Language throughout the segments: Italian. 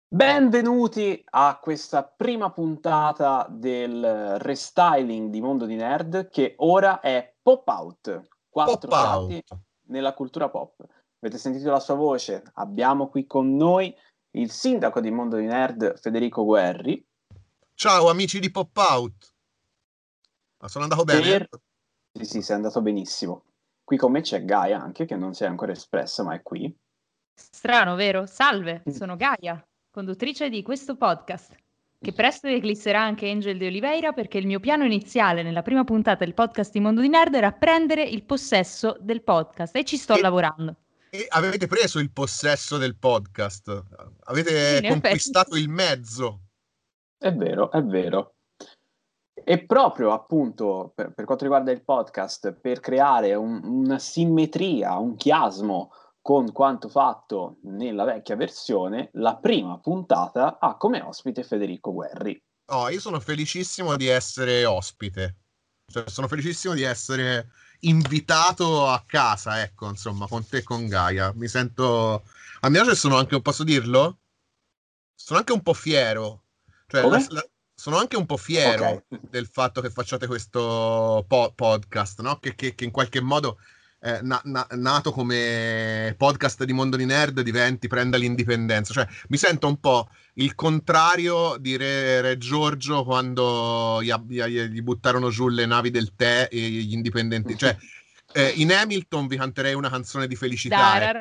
Benvenuti a questa prima puntata del restyling di Mondo di Nerd, che ora è Pop Out, Pop 4 out. salti nella cultura pop. Avete sentito la sua voce? Abbiamo qui con noi il sindaco di Mondo di Nerd, Federico Guerri, Ciao amici di Pop Out. Ma sono andato bene? per... Sì, sei andato benissimo. Qui con me c'è Gaia anche, che non si è ancora espressa, ma è qui. Strano, vero? Salve, sono Gaia, conduttrice di questo podcast, che presto eclisserà anche Angel de Oliveira perché il mio piano iniziale nella prima puntata del podcast di Mondo di Nerd era prendere il possesso del podcast e ci sto E, lavorando. e avete preso il possesso del podcast. Sì, Avete in effetti. conquistato il mezzo. È vero, è vero. E proprio appunto per quanto riguarda il podcast, per creare una simmetria, un chiasmo con quanto fatto nella vecchia versione, la prima puntata ha come ospite Federico Guerri. Oh, io sono felicissimo di essere ospite. Cioè, sono felicissimo di essere invitato a casa, ecco, insomma, con te e con Gaia. Mi sento... A mio agio sono anche, posso dirlo? Sono anche un po' fiero. Cioè, Come? sono anche un po' fiero Ok. del fatto che facciate questo podcast, no? Che in qualche modo, nato come podcast di Mondo di Nerd, prenda l'indipendenza. Cioè, mi sento un po' il contrario di Re Giorgio quando gli buttarono giù le navi del tè e gli indipendenti. Cioè, in Hamilton vi canterei una canzone di felicità, ecco.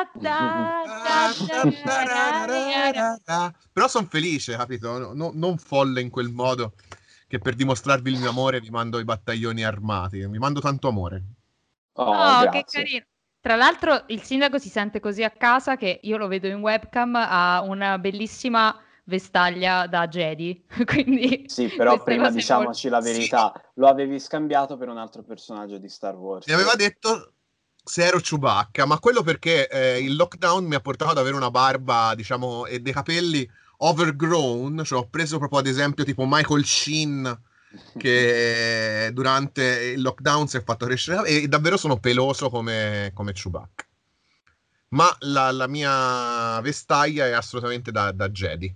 Però sono felice, capito? Non folle in quel modo che per dimostrarvi il mio amore vi mando i battaglioni armati. Vi mando tanto amore. Oh, Oh, che grazie. carino. Tra l'altro il sindaco si sente così a casa che io lo vedo in webcam, ha una bellissima vestaglia da Jedi, quindi Sì, però questa prima cosa è molto... diciamoci la Sì, verità, lo avevi scambiato per un altro personaggio di Star mi Wars. aveva detto se ero Chewbacca, ma quello perché il lockdown mi ha portato ad avere una barba, diciamo, e dei capelli overgrown, cioè ho preso proprio ad esempio tipo Michael Sheen che durante il lockdown si è fatto crescere e davvero sono peloso come Chewbacca. Ma la mia vestaglia è assolutamente da Jedi.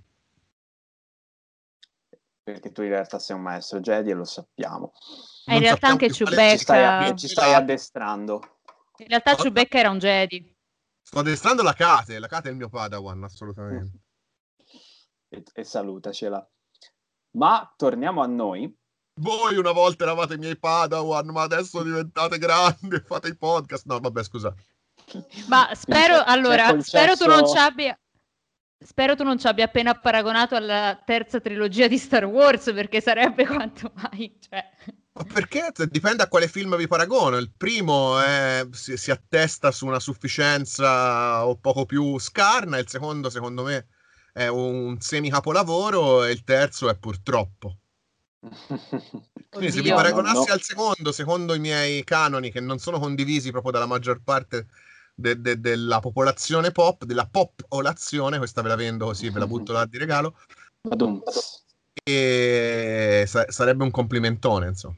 Perché tu in realtà sei un maestro Jedi e lo sappiamo. In Non realtà sappiamo anche di quale Chewbacca... Ci stai gelato. addestrando. In realtà Cosa? Chewbacca era un Jedi. Sto addestrando la Kate è il mio Padawan, assolutamente. E salutacela. Ma torniamo a noi. Voi una volta eravate i miei Padawan, ma adesso diventate grandi e fate i podcast. No, vabbè, scusa. Ma Quindi spero, ci è allora, concesso... spero tu non ci abbia appena paragonato alla terza trilogia di Star Wars, perché sarebbe quanto mai, cioè... Ma perché? Dipende a quale film vi paragono. Il primo si attesta su una sufficienza o poco più scarna, il secondo, secondo me, è un semi-capolavoro e il terzo è purtroppo. Quindi se vi Oddio. paragonassi No. al secondo, secondo i miei canoni, che non sono condivisi proprio dalla maggior parte della popolazione pop, della popolazione, questa ve la vendo così, ve la butto là di regalo, Badumts. e sarebbe un complimentone, insomma.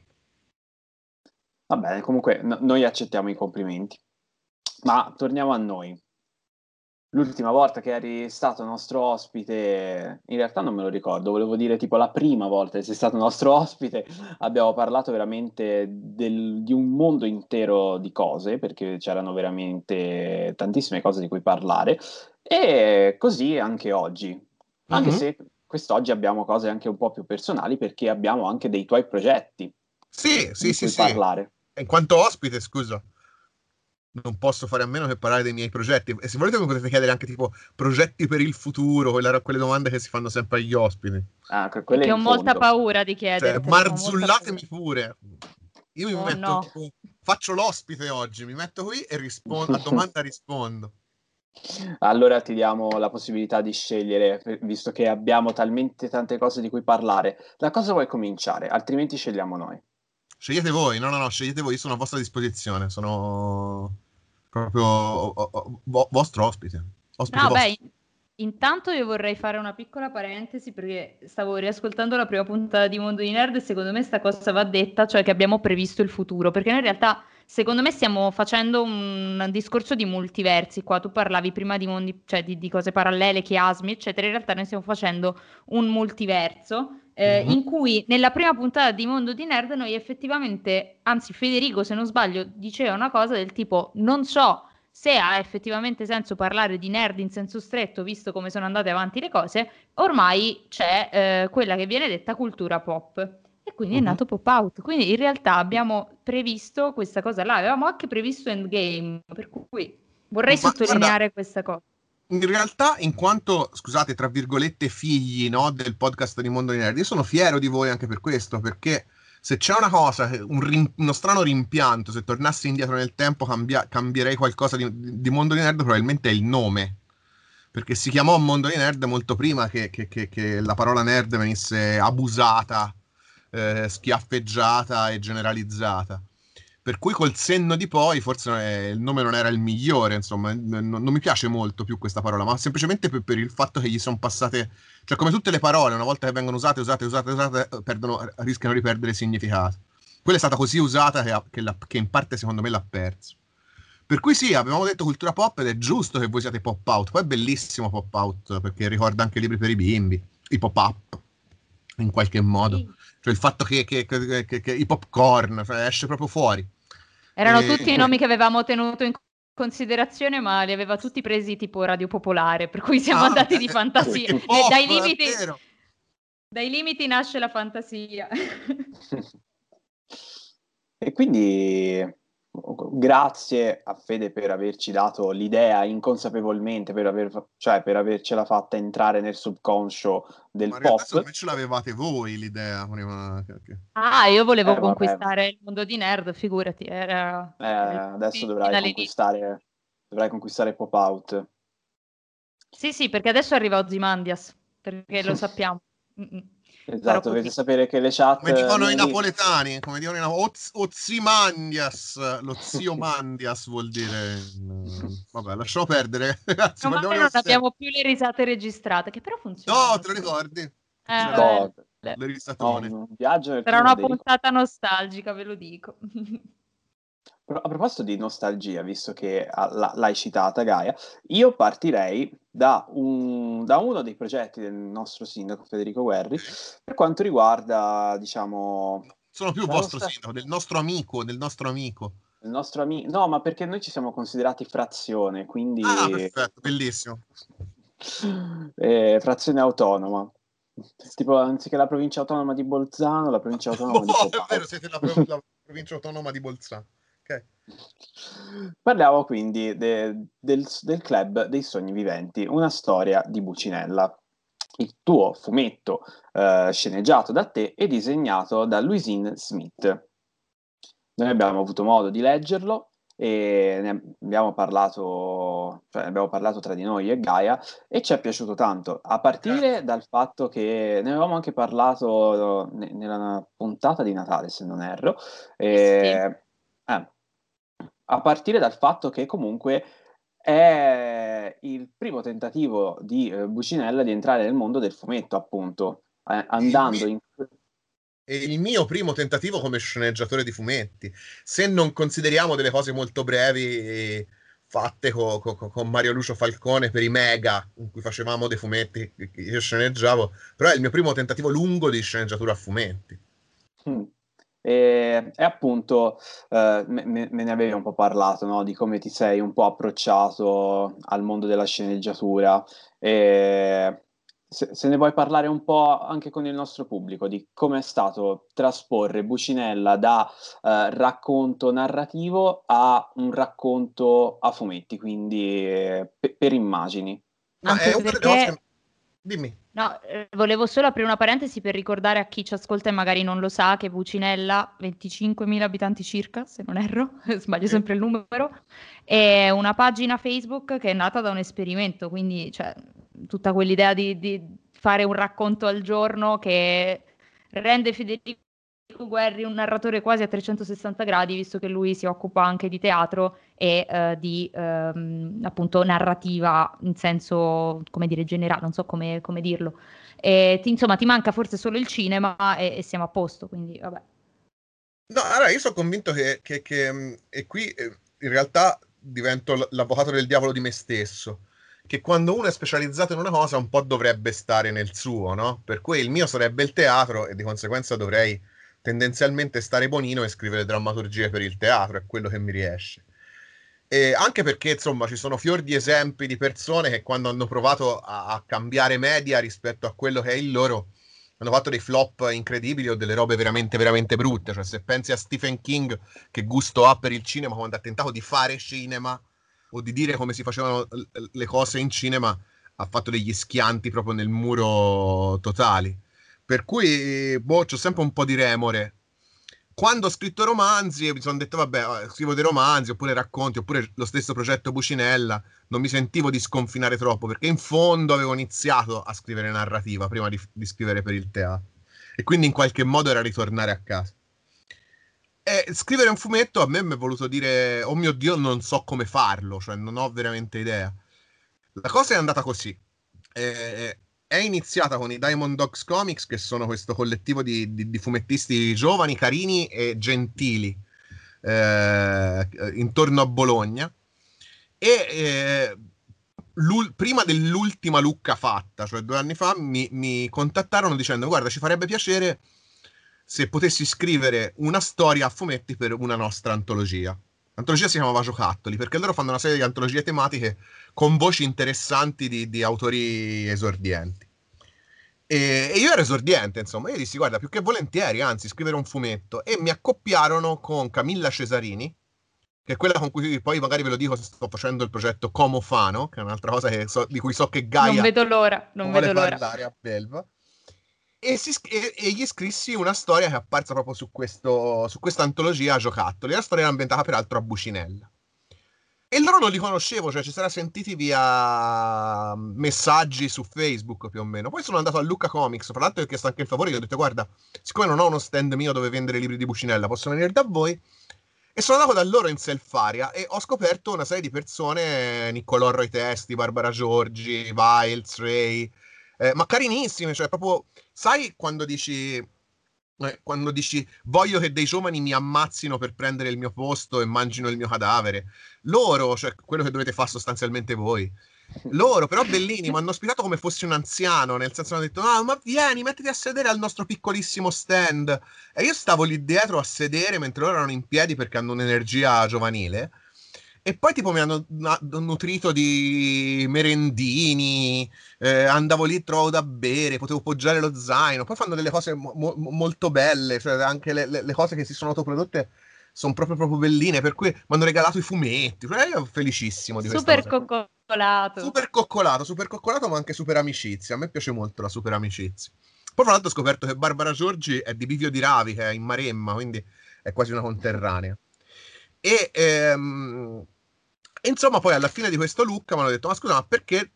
Va bene, comunque noi accettiamo i complimenti. Ma torniamo a noi. L'ultima volta che eri stato nostro ospite, in realtà non me lo ricordo, volevo dire tipo la prima volta che sei stato nostro ospite, abbiamo parlato veramente di un mondo intero di cose, perché c'erano veramente tantissime cose di cui parlare, e così anche oggi. Anche Mhm. se quest'oggi abbiamo cose anche un po' più personali, perché abbiamo anche dei tuoi progetti Sì, sì, di sì, cui sì. parlare. E in quanto ospite, scusa, non posso fare a meno che parlare dei miei progetti. E se volete mi potete chiedere anche tipo progetti per il futuro, quelle domande che si fanno sempre agli ospiti. Ah, E quelle che ho in molta fondo. paura di Cioè, chiedertele, ho molta paura. marzullatemi pure. Io mi Oh metto, no. tipo, faccio l'ospite oggi, mi metto qui e rispondo, a domanda rispondo. Allora ti diamo la possibilità di scegliere, visto che abbiamo talmente tante cose di cui parlare. Da cosa vuoi cominciare? Altrimenti scegliamo noi. Scegliete voi, no, scegliete voi, io sono a vostra disposizione, sono proprio vostro ospite, ospite No, vostro. beh, intanto io vorrei fare una piccola parentesi perché stavo riascoltando la prima puntata di Mondo di Nerd e secondo me sta cosa va detta, cioè che abbiamo previsto il futuro, perché noi in realtà secondo me stiamo facendo un discorso di multiversi qua. Tu parlavi prima di mondi, cioè di cose parallele, chiasmi, eccetera. In realtà noi stiamo facendo un multiverso in cui nella prima puntata di Mondo di Nerd noi effettivamente, anzi Federico, se non sbaglio, diceva una cosa del tipo: non so se ha effettivamente senso parlare di nerd in senso stretto, visto come sono andate avanti le cose, ormai c'è quella che viene detta cultura pop. E quindi è nato Pop Out. Quindi in realtà abbiamo previsto questa cosa là, avevamo anche previsto Endgame, per cui vorrei Ma sottolineare guarda, questa cosa. in realtà, in quanto, scusate, tra virgolette, figli, no, del podcast di Mondo di Nerd, io sono fiero di voi anche per questo, perché se c'è una cosa, uno strano rimpianto, se tornassi indietro nel tempo cambierei qualcosa di Mondo di Nerd, probabilmente è il nome, perché si chiamò Mondo di Nerd molto prima che la parola nerd venisse abusata, schiaffeggiata e generalizzata. Per cui col senno di poi forse il nome non era il migliore, insomma, non mi piace molto più questa parola, ma semplicemente per il fatto che gli sono passate, cioè come tutte le parole, una volta che vengono usate, rischiano di perdere significato. Quella è stata così usata che in parte secondo me l'ha perso. Per cui sì, avevamo detto cultura pop ed è giusto che voi siate pop out. Poi è bellissimo pop out perché ricorda anche libri per i bimbi, i pop up, in qualche modo. Sì. Cioè il fatto che i popcorn, cioè esce proprio fuori. Erano tutti i nomi che avevamo tenuto in considerazione, ma li aveva tutti presi tipo Radio Popolare, per cui siamo andati di fantasia. Perché pop, Dai è limiti, vero. dai limiti nasce la fantasia. E quindi grazie a Fede per averci dato l'idea inconsapevolmente, cioè per avercela fatta entrare nel subconscio Ma del in realtà secondo pop. me ce l'avevate voi l'idea prima. Ah, io volevo Vabbè, conquistare il mondo di nerd, figurati, era adesso fin dall'inizio. dovrai conquistare Pop Out. Sì, sì, perché adesso arriva Ozymandias, perché lo sappiamo. Farò Esatto, dovete così. sapere che le chat Come dicono i nelle link. napoletani, come dicono Ozymandias, lo zio Mandias vuol dire. Vabbè, lasciamo perdere, ragazzi, Meno parliamo male nello non serio. abbiamo più le risate registrate, che però No, funzionano. te lo ricordi? Beh, No, Le no, risatone. un viaggio nel sarà tunnel una dei ricordi. puntata nostalgica, ve lo dico. A proposito di nostalgia, visto che l'hai citata Gaia, io partirei da uno dei progetti del nostro sindaco Federico Guerri per quanto riguarda, diciamo, Sono più il la vostro nostra, sindaco, del nostro amico, del nostro amico. il nostro amico. No, ma perché noi ci siamo considerati frazione, Ah, quindi perfetto, bellissimo. frazione autonoma. Tipo, anziché la provincia autonoma di Bolzano, la provincia autonoma di Oh, è vero, Popao. siete la provincia autonoma di Bolzano. Ok. Parliamo quindi del club dei sogni viventi, una storia di Bucinella. Il tuo fumetto sceneggiato da te e disegnato da Louisine Smith. Noi abbiamo avuto modo di leggerlo e ne abbiamo parlato, cioè ne abbiamo parlato tra di noi e Gaia e ci è piaciuto tanto, a partire Grazie. dal fatto che ne avevamo anche parlato nella puntata di Natale, se non erro, Sì. a partire dal fatto che comunque è il primo tentativo di Bucinella di entrare nel mondo del fumetto, appunto, Il andando mio, in... è il mio primo tentativo come sceneggiatore di fumetti. Se non consideriamo delle cose molto brevi fatte con Mario Lucio Falcone per i Mega, in cui facevamo dei fumetti che io sceneggiavo, però è il mio primo tentativo lungo di sceneggiatura a fumetti. Mm. E appunto me ne avevi un po' parlato, no? Di come ti sei un po' approcciato al mondo della sceneggiatura. E se ne vuoi parlare un po' anche con il nostro pubblico, di come è stato trasporre Bucinella da racconto narrativo a un racconto a fumetti, quindi per immagini. Ma è Anche una delle cose perché che... Dimmi. no, volevo solo aprire una parentesi per ricordare a chi ci ascolta e magari non lo sa che Bucinella, 25.000 abitanti circa, se non erro, sbaglio Sì. sempre il numero, è una pagina Facebook che è nata da un esperimento, quindi cioè, tutta quell'idea di fare un racconto al giorno che rende Federico Guerri un narratore quasi a 360 gradi, visto che lui si occupa anche di teatro e di appunto narrativa in senso, come dire, generale, non so come dirlo. Insomma, ti manca forse solo il cinema e siamo a posto, quindi vabbè. No, allora io sono convinto che e qui in realtà divento l'avvocato del diavolo di me stesso, che quando uno è specializzato in una cosa un po' dovrebbe stare nel suo, no? Per cui il mio sarebbe il teatro e di conseguenza dovrei tendenzialmente stare bonino e scrivere drammaturgie per il teatro, è quello che mi riesce. E anche perché, insomma, ci sono fior di esempi di persone che quando hanno provato a cambiare media rispetto a quello che è il loro, hanno fatto dei flop incredibili o delle robe veramente, veramente brutte. Cioè, se pensi a Stephen King, che gusto ha per il cinema quando ha tentato di fare cinema o di dire come si facevano le cose in cinema, ha fatto degli schianti proprio nel muro totali. Per cui, boh, c'ho sempre un po' di remore. Quando ho scritto romanzi, mi sono detto, vabbè, scrivo dei romanzi, oppure racconti, oppure lo stesso progetto Bucinella, non mi sentivo di sconfinare troppo, perché in fondo avevo iniziato a scrivere narrativa prima di scrivere per il teatro. E quindi in qualche modo era ritornare a casa. E scrivere un fumetto a me mi è voluto dire, oh mio Dio, non so come farlo, cioè non ho veramente idea. La cosa è andata così. È iniziata con i Diamond Dogs Comics, che sono questo collettivo di fumettisti giovani, carini e gentili intorno a Bologna. E prima dell'ultima Lucca fatta, cioè 2 anni fa, mi contattarono dicendo: Guarda, ci farebbe piacere se potessi scrivere una storia a fumetti per una nostra antologia. L'antologia si chiamava Giocattoli, perché loro fanno una serie di antologie tematiche con voci interessanti di autori esordienti. E io ero esordiente, insomma, io dissi, guarda, più che volentieri, anzi, scrivere un fumetto. E mi accoppiarono con Camilla Cesarini, che è quella con cui poi magari ve lo dico, sto facendo il progetto Como Fano, che è un'altra cosa di cui so che Non Gaia vedo l'ora, non vuole vedo l'ora. parlare a Belva. E gli scrissi una storia che è apparsa proprio su questa antologia a Giocattoli. La storia era ambientata peraltro a Bucinella. E loro non li conoscevo, cioè ci sarà sentiti via messaggi su Facebook più o meno. Poi sono andato a Lucca Comics, fra l'altro ho chiesto anche il favore, gli ho detto guarda, siccome non ho uno stand mio dove vendere libri di Bucinella, posso venire da voi? E sono andato da loro in Selfaria e ho scoperto una serie di persone, Niccolò Roy Testi, Barbara Giorgi, Viles, Ray, ma carinissime, cioè proprio, sai quando dici voglio che dei giovani mi ammazzino per prendere il mio posto e mangino il mio cadavere, loro, cioè quello che dovete fare sostanzialmente voi. Loro, però bellini, mi hanno ospitato come fossi un anziano, nel senso hanno detto, ah, ma vieni, mettiti a sedere al nostro piccolissimo stand. E io stavo lì dietro a sedere mentre loro erano in piedi perché hanno un'energia giovanile. E poi tipo mi hanno nutrito di merendini, andavo lì, trovavo da bere, potevo poggiare lo zaino. Poi fanno delle cose molto belle, cioè anche le cose che si sono autoprodotte sono proprio belline, per cui mi hanno regalato i fumetti. Io ero felicissimo di questa Super cosa. coccolato. Super coccolato, ma anche super amicizia. A me piace molto la super amicizia. Poi, fra l'altro, ho scoperto che Barbara Giorgi è di Bivio di Ravi, che è in Maremma, quindi è quasi una conterranea. E insomma, poi alla fine di questo look mi hanno detto: Ma scusa, ma perché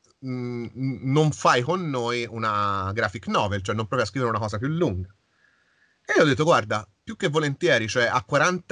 non fai con noi una graphic novel? Cioè, non provi a scrivere una cosa più lunga? E io ho detto: Guarda, più che volentieri, cioè a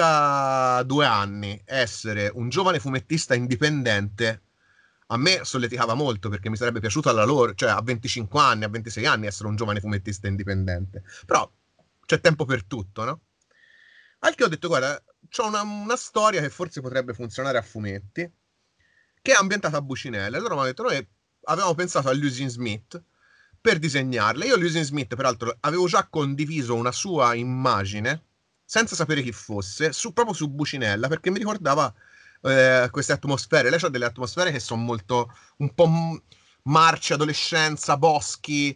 42 anni, essere un giovane fumettista indipendente a me solleticava molto perché mi sarebbe piaciuto alla loro, cioè a 25 anni, a 26 anni essere un giovane fumettista indipendente. Però c'è tempo per tutto, no? Al che ho detto, guarda, c'ho una storia che forse potrebbe funzionare a fumetti, che è ambientata a Bucinella. E loro mi hanno detto, noi avevamo pensato a Lucian Smith per disegnarla. Io Lucian Smith, peraltro, avevo già condiviso una sua immagine, senza sapere chi fosse, proprio su Bucinella, perché mi ricordava queste atmosfere. Lei ha delle atmosfere che sono molto, un po' marci, adolescenza, boschi,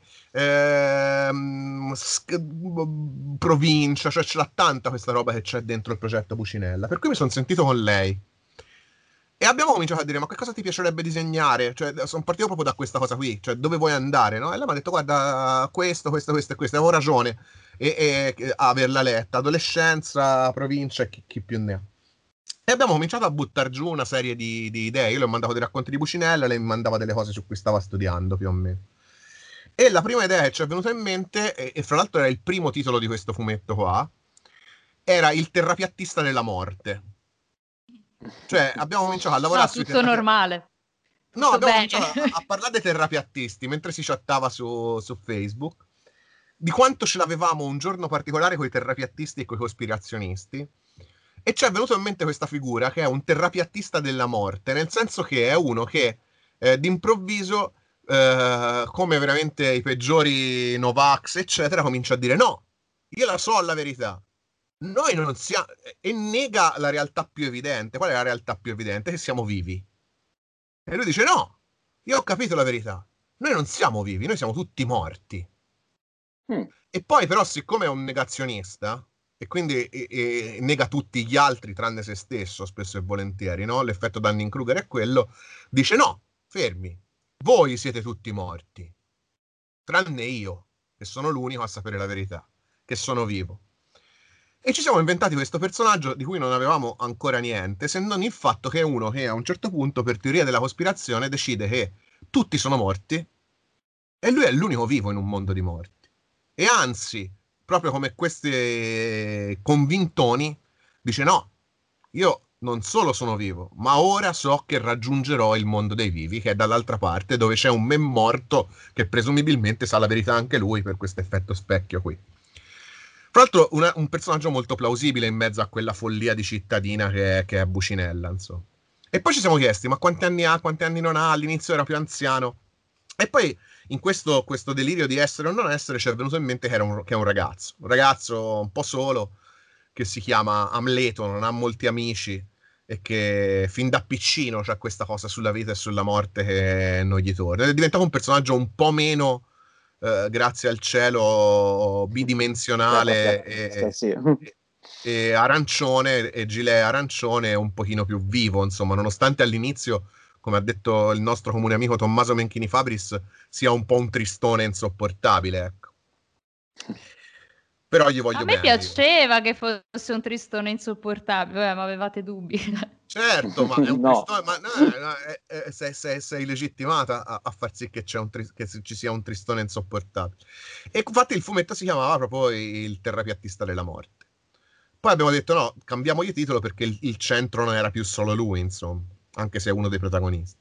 provincia, cioè ce l'ha tanta questa roba che c'è dentro il progetto Bucinella. Per cui mi sono sentito con lei. E abbiamo cominciato a dire, ma che cosa ti piacerebbe disegnare? Cioè, sono partito proprio da questa cosa qui, cioè dove vuoi andare, no? E lei mi ha detto, guarda, questo e questo. E avevo ragione a averla letta. Adolescenza, provincia e chi più ne ha. E abbiamo cominciato a buttare giù una serie di idee. Io le ho mandato dei racconti di Bucinella, lei mi mandava delle cose su cui stava studiando, più o meno. E la prima idea che ci è venuta in mente, e fra l'altro era il primo titolo di questo fumetto qua, era Il terrapiattista della morte. Cioè, abbiamo cominciato a lavorare No, sui tutto terrapiattisti. normale, No, tutto abbiamo bene. cominciato a parlare dei terrapiattisti mentre si chattava su Facebook. di quanto ce l'avevamo un giorno particolare con i terrapiattisti e con i cospirazionisti, e ci è venuto in mente questa figura che è un terrapiattista della morte, nel senso che è uno che d'improvviso, come veramente i peggiori Novax, eccetera, comincia a dire no, io la so la verità. Noi non siamo... E nega la realtà più evidente. Qual è la realtà più evidente? Che siamo vivi. E lui dice no, io ho capito la verità. Noi non siamo vivi, noi siamo tutti morti. E poi però, siccome è un negazionista, e quindi nega tutti gli altri tranne se stesso, spesso e volentieri, no? L'effetto Dunning-Kruger è quello, dice no, fermi, voi siete tutti morti, tranne io, che sono l'unico a sapere la verità, che sono vivo. E ci siamo inventati questo personaggio di cui non avevamo ancora niente, se non il fatto che è uno che a un certo punto, per teoria della cospirazione, decide che tutti sono morti e lui è l'unico vivo in un mondo di morti. E anzi, proprio come questi convintoni, dice no, io non solo sono vivo, ma ora so che raggiungerò il mondo dei vivi, che è dall'altra parte, dove c'è un me morto che presumibilmente sa la verità anche lui per questo effetto specchio qui. Tra l'altro un personaggio molto plausibile in mezzo a quella follia di cittadina che è Bucinella, insomma. E poi ci siamo chiesti, ma quanti anni ha, quanti anni non ha? All'inizio era più anziano. E poi in questo delirio di essere o non essere ci è venuto in mente che è un ragazzo un po' solo, che si chiama Amleto, non ha molti amici e che fin da piccino c'ha questa cosa sulla vita e sulla morte che non gli torna. Ed è diventato un personaggio un po' meno, grazie al cielo, bidimensionale e arancione, e gilet arancione, un pochino più vivo, insomma, nonostante all'inizio, come ha detto il nostro comune amico Tommaso Menchini Fabris, sia un po' un tristone insopportabile, ecco. Però gli voglio bene. A me piaceva che fosse un tristone insopportabile, ma avevate dubbi. Certo, ma è un tristone, ma no, sei legittimata a far sì che, che ci sia un tristone insopportabile. E infatti il fumetto si chiamava proprio Il terrapiattista della morte. Poi abbiamo detto no, cambiamogli titolo perché il centro non era più solo lui, insomma, anche se è uno dei protagonisti.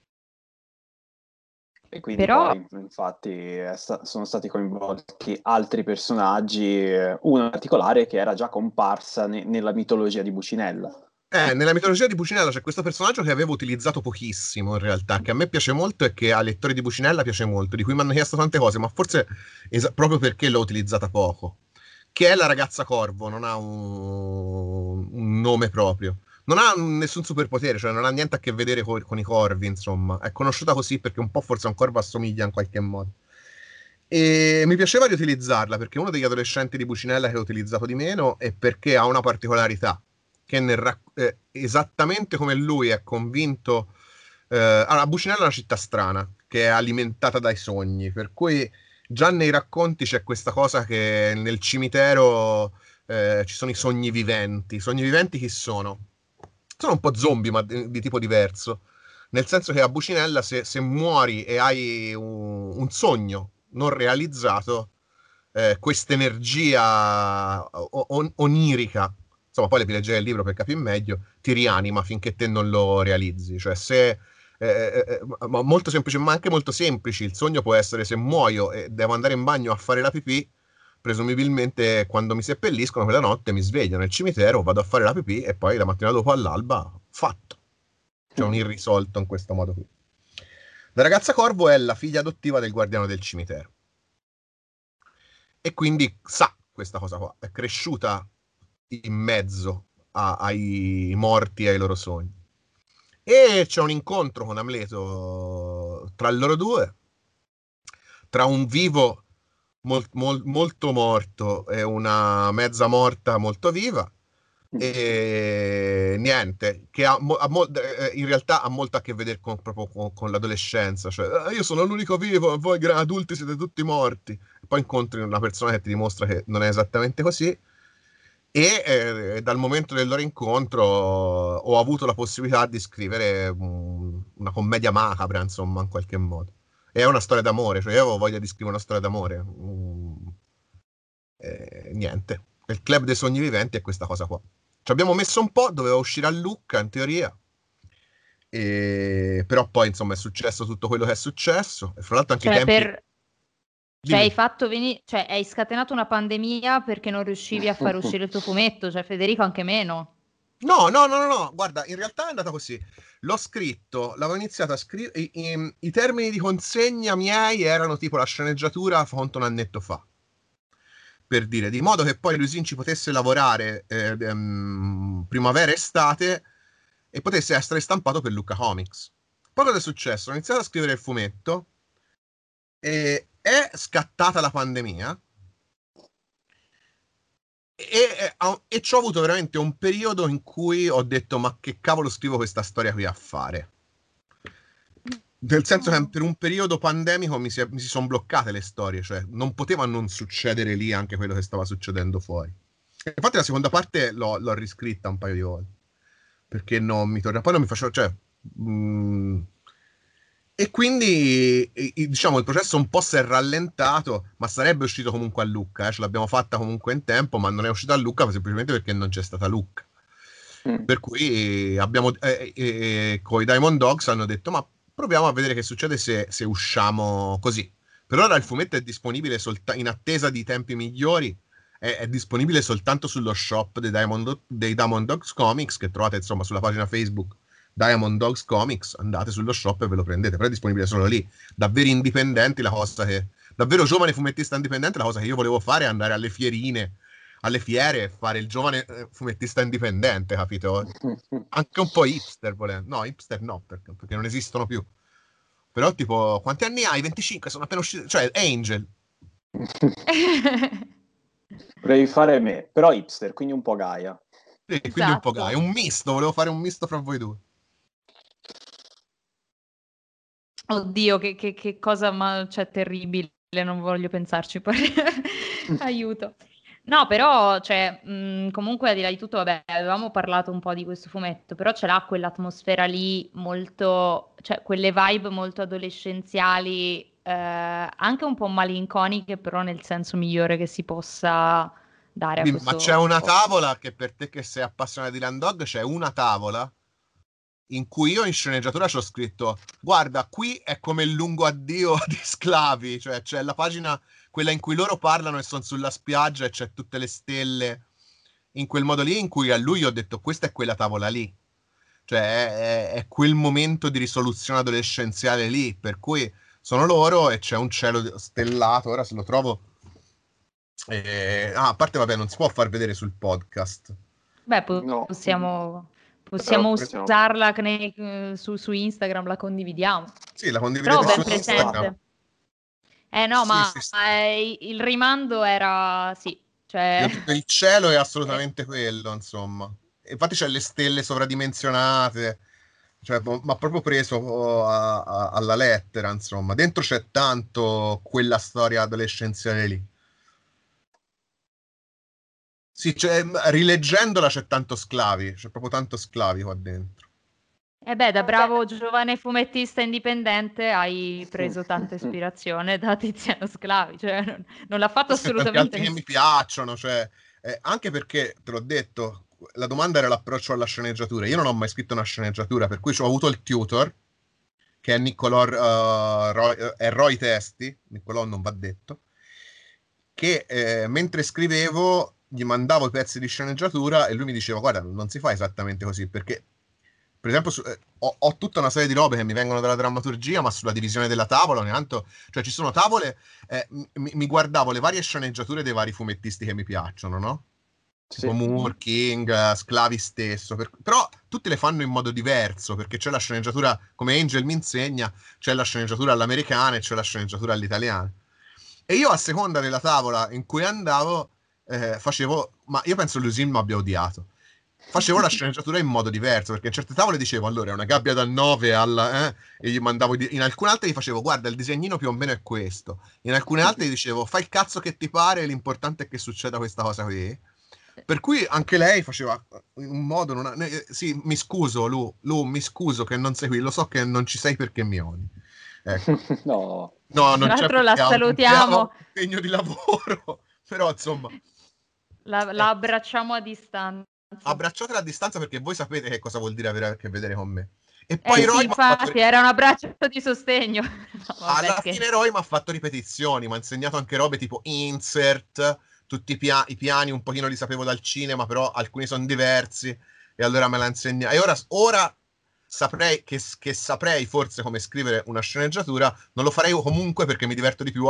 E quindi poi, infatti, sono stati coinvolti altri personaggi, uno in particolare che era già comparsa nella mitologia di Bucinella. Nella mitologia di Bucinella c'è questo personaggio che avevo utilizzato pochissimo, in realtà, che a me piace molto e che a lettori di Bucinella piace molto, di cui mi hanno chiesto tante cose, ma forse proprio perché l'ho utilizzata poco, che è la ragazza corvo, non ha un nome proprio. Non ha nessun superpotere, cioè non ha niente a che vedere con i corvi, insomma. È conosciuta così perché un po' forse a un corvo assomiglia in qualche modo. E mi piaceva riutilizzarla perché è uno degli adolescenti di Bucinella che ho utilizzato di meno e perché ha una particolarità, che esattamente come lui è convinto... allora, Bucinella è una città strana, che è alimentata dai sogni, per cui già nei racconti c'è questa cosa che nel cimitero ci sono i sogni viventi. I sogni viventi chi sono? Sono un po' zombie, ma di tipo diverso. Nel senso che a Bucinella, se muori e hai un sogno non realizzato, questa energia onirica, insomma, poi le leggere il libro per capire meglio, ti rianima finché te non lo realizzi. Cioè, se ma molto semplice, ma anche molto semplici. Il sogno può essere: se muoio e devo andare in bagno a fare la pipì, presumibilmente quando mi seppelliscono quella notte mi sveglio nel cimitero, vado a fare la pipì e poi la mattina dopo all'alba fatto. C'è un irrisolto in questo modo qui. La ragazza corvo è la figlia adottiva del guardiano del cimitero e quindi sa questa cosa qua, è cresciuta in mezzo ai morti e ai loro sogni. E c'è un incontro con Amleto tra loro due, tra un vivo molto morto e una mezza morta molto viva, e niente, che in realtà ha molto a che vedere proprio con l'adolescenza, cioè io sono l'unico vivo, voi adulti siete tutti morti. Poi incontri una persona che ti dimostra che non è esattamente così, e dal momento del loro incontro ho avuto la possibilità di scrivere una commedia macabra, insomma, in qualche modo. E è una storia d'amore, cioè io avevo voglia di scrivere una storia d'amore. Niente. Il Club dei Sogni Viventi è questa cosa qua. Ci abbiamo messo un po', doveva uscire a Lucca, in teoria. Però poi, insomma, è successo tutto quello che è successo. E fra l'altro anche i tempi... Cioè, Dimmi. cioè, hai scatenato una pandemia perché non riuscivi a far uscire il tuo fumetto, cioè Federico anche meno. No, guarda, in realtà è andata così. L'ho scritto, l'avevo iniziato a scrivere, i termini di consegna miei erano tipo la sceneggiatura fatto un annetto fa, per dire, di modo che poi Luisin ci potesse lavorare primavera-estate e potesse essere stampato per Lucca Comics. Poi cosa è successo? Ho iniziato a scrivere il fumetto e è scattata la pandemia e ci ho avuto veramente un periodo in cui ho detto ma che cavolo scrivo questa storia qui a fare? Nel senso che per un periodo pandemico mi si sono bloccate le storie, cioè non poteva non succedere lì anche quello che stava succedendo fuori. Infatti la seconda parte l'ho riscritta un paio di volte, perché non mi torna, poi non mi facevo, cioè, e quindi diciamo il processo un po' si è rallentato, ma sarebbe uscito comunque a Lucca, ce l'abbiamo fatta comunque in tempo, ma non è uscita a Lucca semplicemente perché non c'è stata Lucca. Mm. Per cui abbiamo, con i Diamond Dogs hanno detto, ma proviamo a vedere che succede se usciamo così. Per ora il fumetto è disponibile in attesa di tempi migliori, è disponibile soltanto sullo shop dei Diamond Dogs Comics, che trovate insomma sulla pagina Facebook Diamond Dogs Comics, andate sullo shop e ve lo prendete, però è disponibile solo lì. Davvero indipendenti, la cosa che... Davvero giovane fumettista indipendente, la cosa che io volevo fare è andare alle fierine, alle fiere e fare il giovane fumettista indipendente, capito? Anche un po' hipster, volendo. No, hipster no, perché non esistono più. Però tipo, quanti anni hai? 25, sono appena uscito... Cioè, Angel. Potrei fare me, però hipster, quindi un po' Gaia. Sì, quindi un po' Guy. Esatto. Un misto, volevo fare un misto fra voi due. Oddio, che cosa cioè, terribile, non voglio pensarci, poi. Aiuto. No, però, cioè, comunque al di là di tutto, vabbè, avevamo parlato un po' di questo fumetto, però ce l'ha quell'atmosfera lì molto, cioè, quelle vibe molto adolescenziali, anche un po' malinconiche, però nel senso migliore che si possa dare a Ma c'è questo una tipo. tavola che per te che sei appassionato di Land Dog, c'è una tavola in cui io in sceneggiatura ci ho scritto guarda, qui è come il lungo addio di Sclavi, cioè c'è la pagina, quella in cui loro parlano e sono sulla spiaggia e c'è tutte le stelle, in quel modo lì in cui a lui ho detto questa è quella tavola lì, cioè è quel momento di risoluzione adolescenziale lì, per cui sono loro e c'è un cielo stellato, ora se lo trovo... a parte vabbè, non si può far vedere sul podcast. Beh, No, possiamo però possiamo... usarla su Instagram, la condividiamo. Sì, la Però ho condividete su ben No, ci sta. Instagram. presente. No, Sì, ma sì, sì. il rimando era sì, cioè Io ho detto il cielo è assolutamente quello, insomma. E infatti c'è le stelle sovradimensionate, cioè, mi ha proprio preso alla lettera, insomma. Dentro c'è tanto quella storia adolescenziale lì. Sì, rileggendola c'è tanto sclavi, c'è proprio tanto sclavi qua dentro. beh, da bravo giovane fumettista indipendente hai preso tanta ispirazione da Tiziano Sclavi, cioè non l'ha fatto Sì, sì, e tanti assolutamente altri che mi nessuno. piacciono, cioè, anche perché, te l'ho detto, la domanda era l'approccio alla sceneggiatura. Io non ho mai scritto una sceneggiatura, per cui ho avuto il tutor, che è Niccolò è Roy Testi, Niccolò non va detto, che mentre scrivevo gli mandavo i pezzi di sceneggiatura e lui mi diceva, guarda, non si fa esattamente così, perché, per esempio, ho tutta una serie di robe che mi vengono dalla drammaturgia, ma sulla divisione della tavola, ogni tanto, cioè ci sono tavole mi guardavo le varie sceneggiature dei vari fumettisti che mi piacciono, no? Tipo Sì. Moore, King, Sclavi stesso, però tutti le fanno in modo diverso, perché c'è la sceneggiatura, come Angel mi insegna, c'è la sceneggiatura all'americana e c'è la sceneggiatura all'italiana. E io a seconda della tavola in cui andavo, facevo, ma io penso Lusin mi abbia odiato. Facevo la sceneggiatura in modo diverso, perché in certe tavole dicevo, allora è una gabbia dal 9 alla... e gli mandavo... In alcune altre gli facevo, guarda, il disegnino più o meno è questo. In alcune altre gli dicevo, fai il cazzo che ti pare, l'importante è che succeda questa cosa qui. Per cui anche lei faceva in un modo... sì, mi scuso, Lu, mi scuso che non sei qui, lo so che non ci sei perché mi odi. Ecco. No. No, Tra non c'è l'altro la perché ha un salutiamo, impegno di lavoro, però insomma... la abbracciamo a distanza. Abbracciatela a distanza perché voi sapete che cosa vuol dire avere a che vedere con me. E poi Roy sì, infatti era un abbraccio di sostegno. No, vabbè, alla scherzo. fine Roy mi ha fatto ripetizioni, mi ha insegnato anche robe tipo insert, tutti i piani un pochino li sapevo dal cinema, però alcuni sono diversi, e allora me l'ha insegnato. E ora saprei che saprei forse come scrivere una sceneggiatura, non lo farei comunque perché mi diverto di più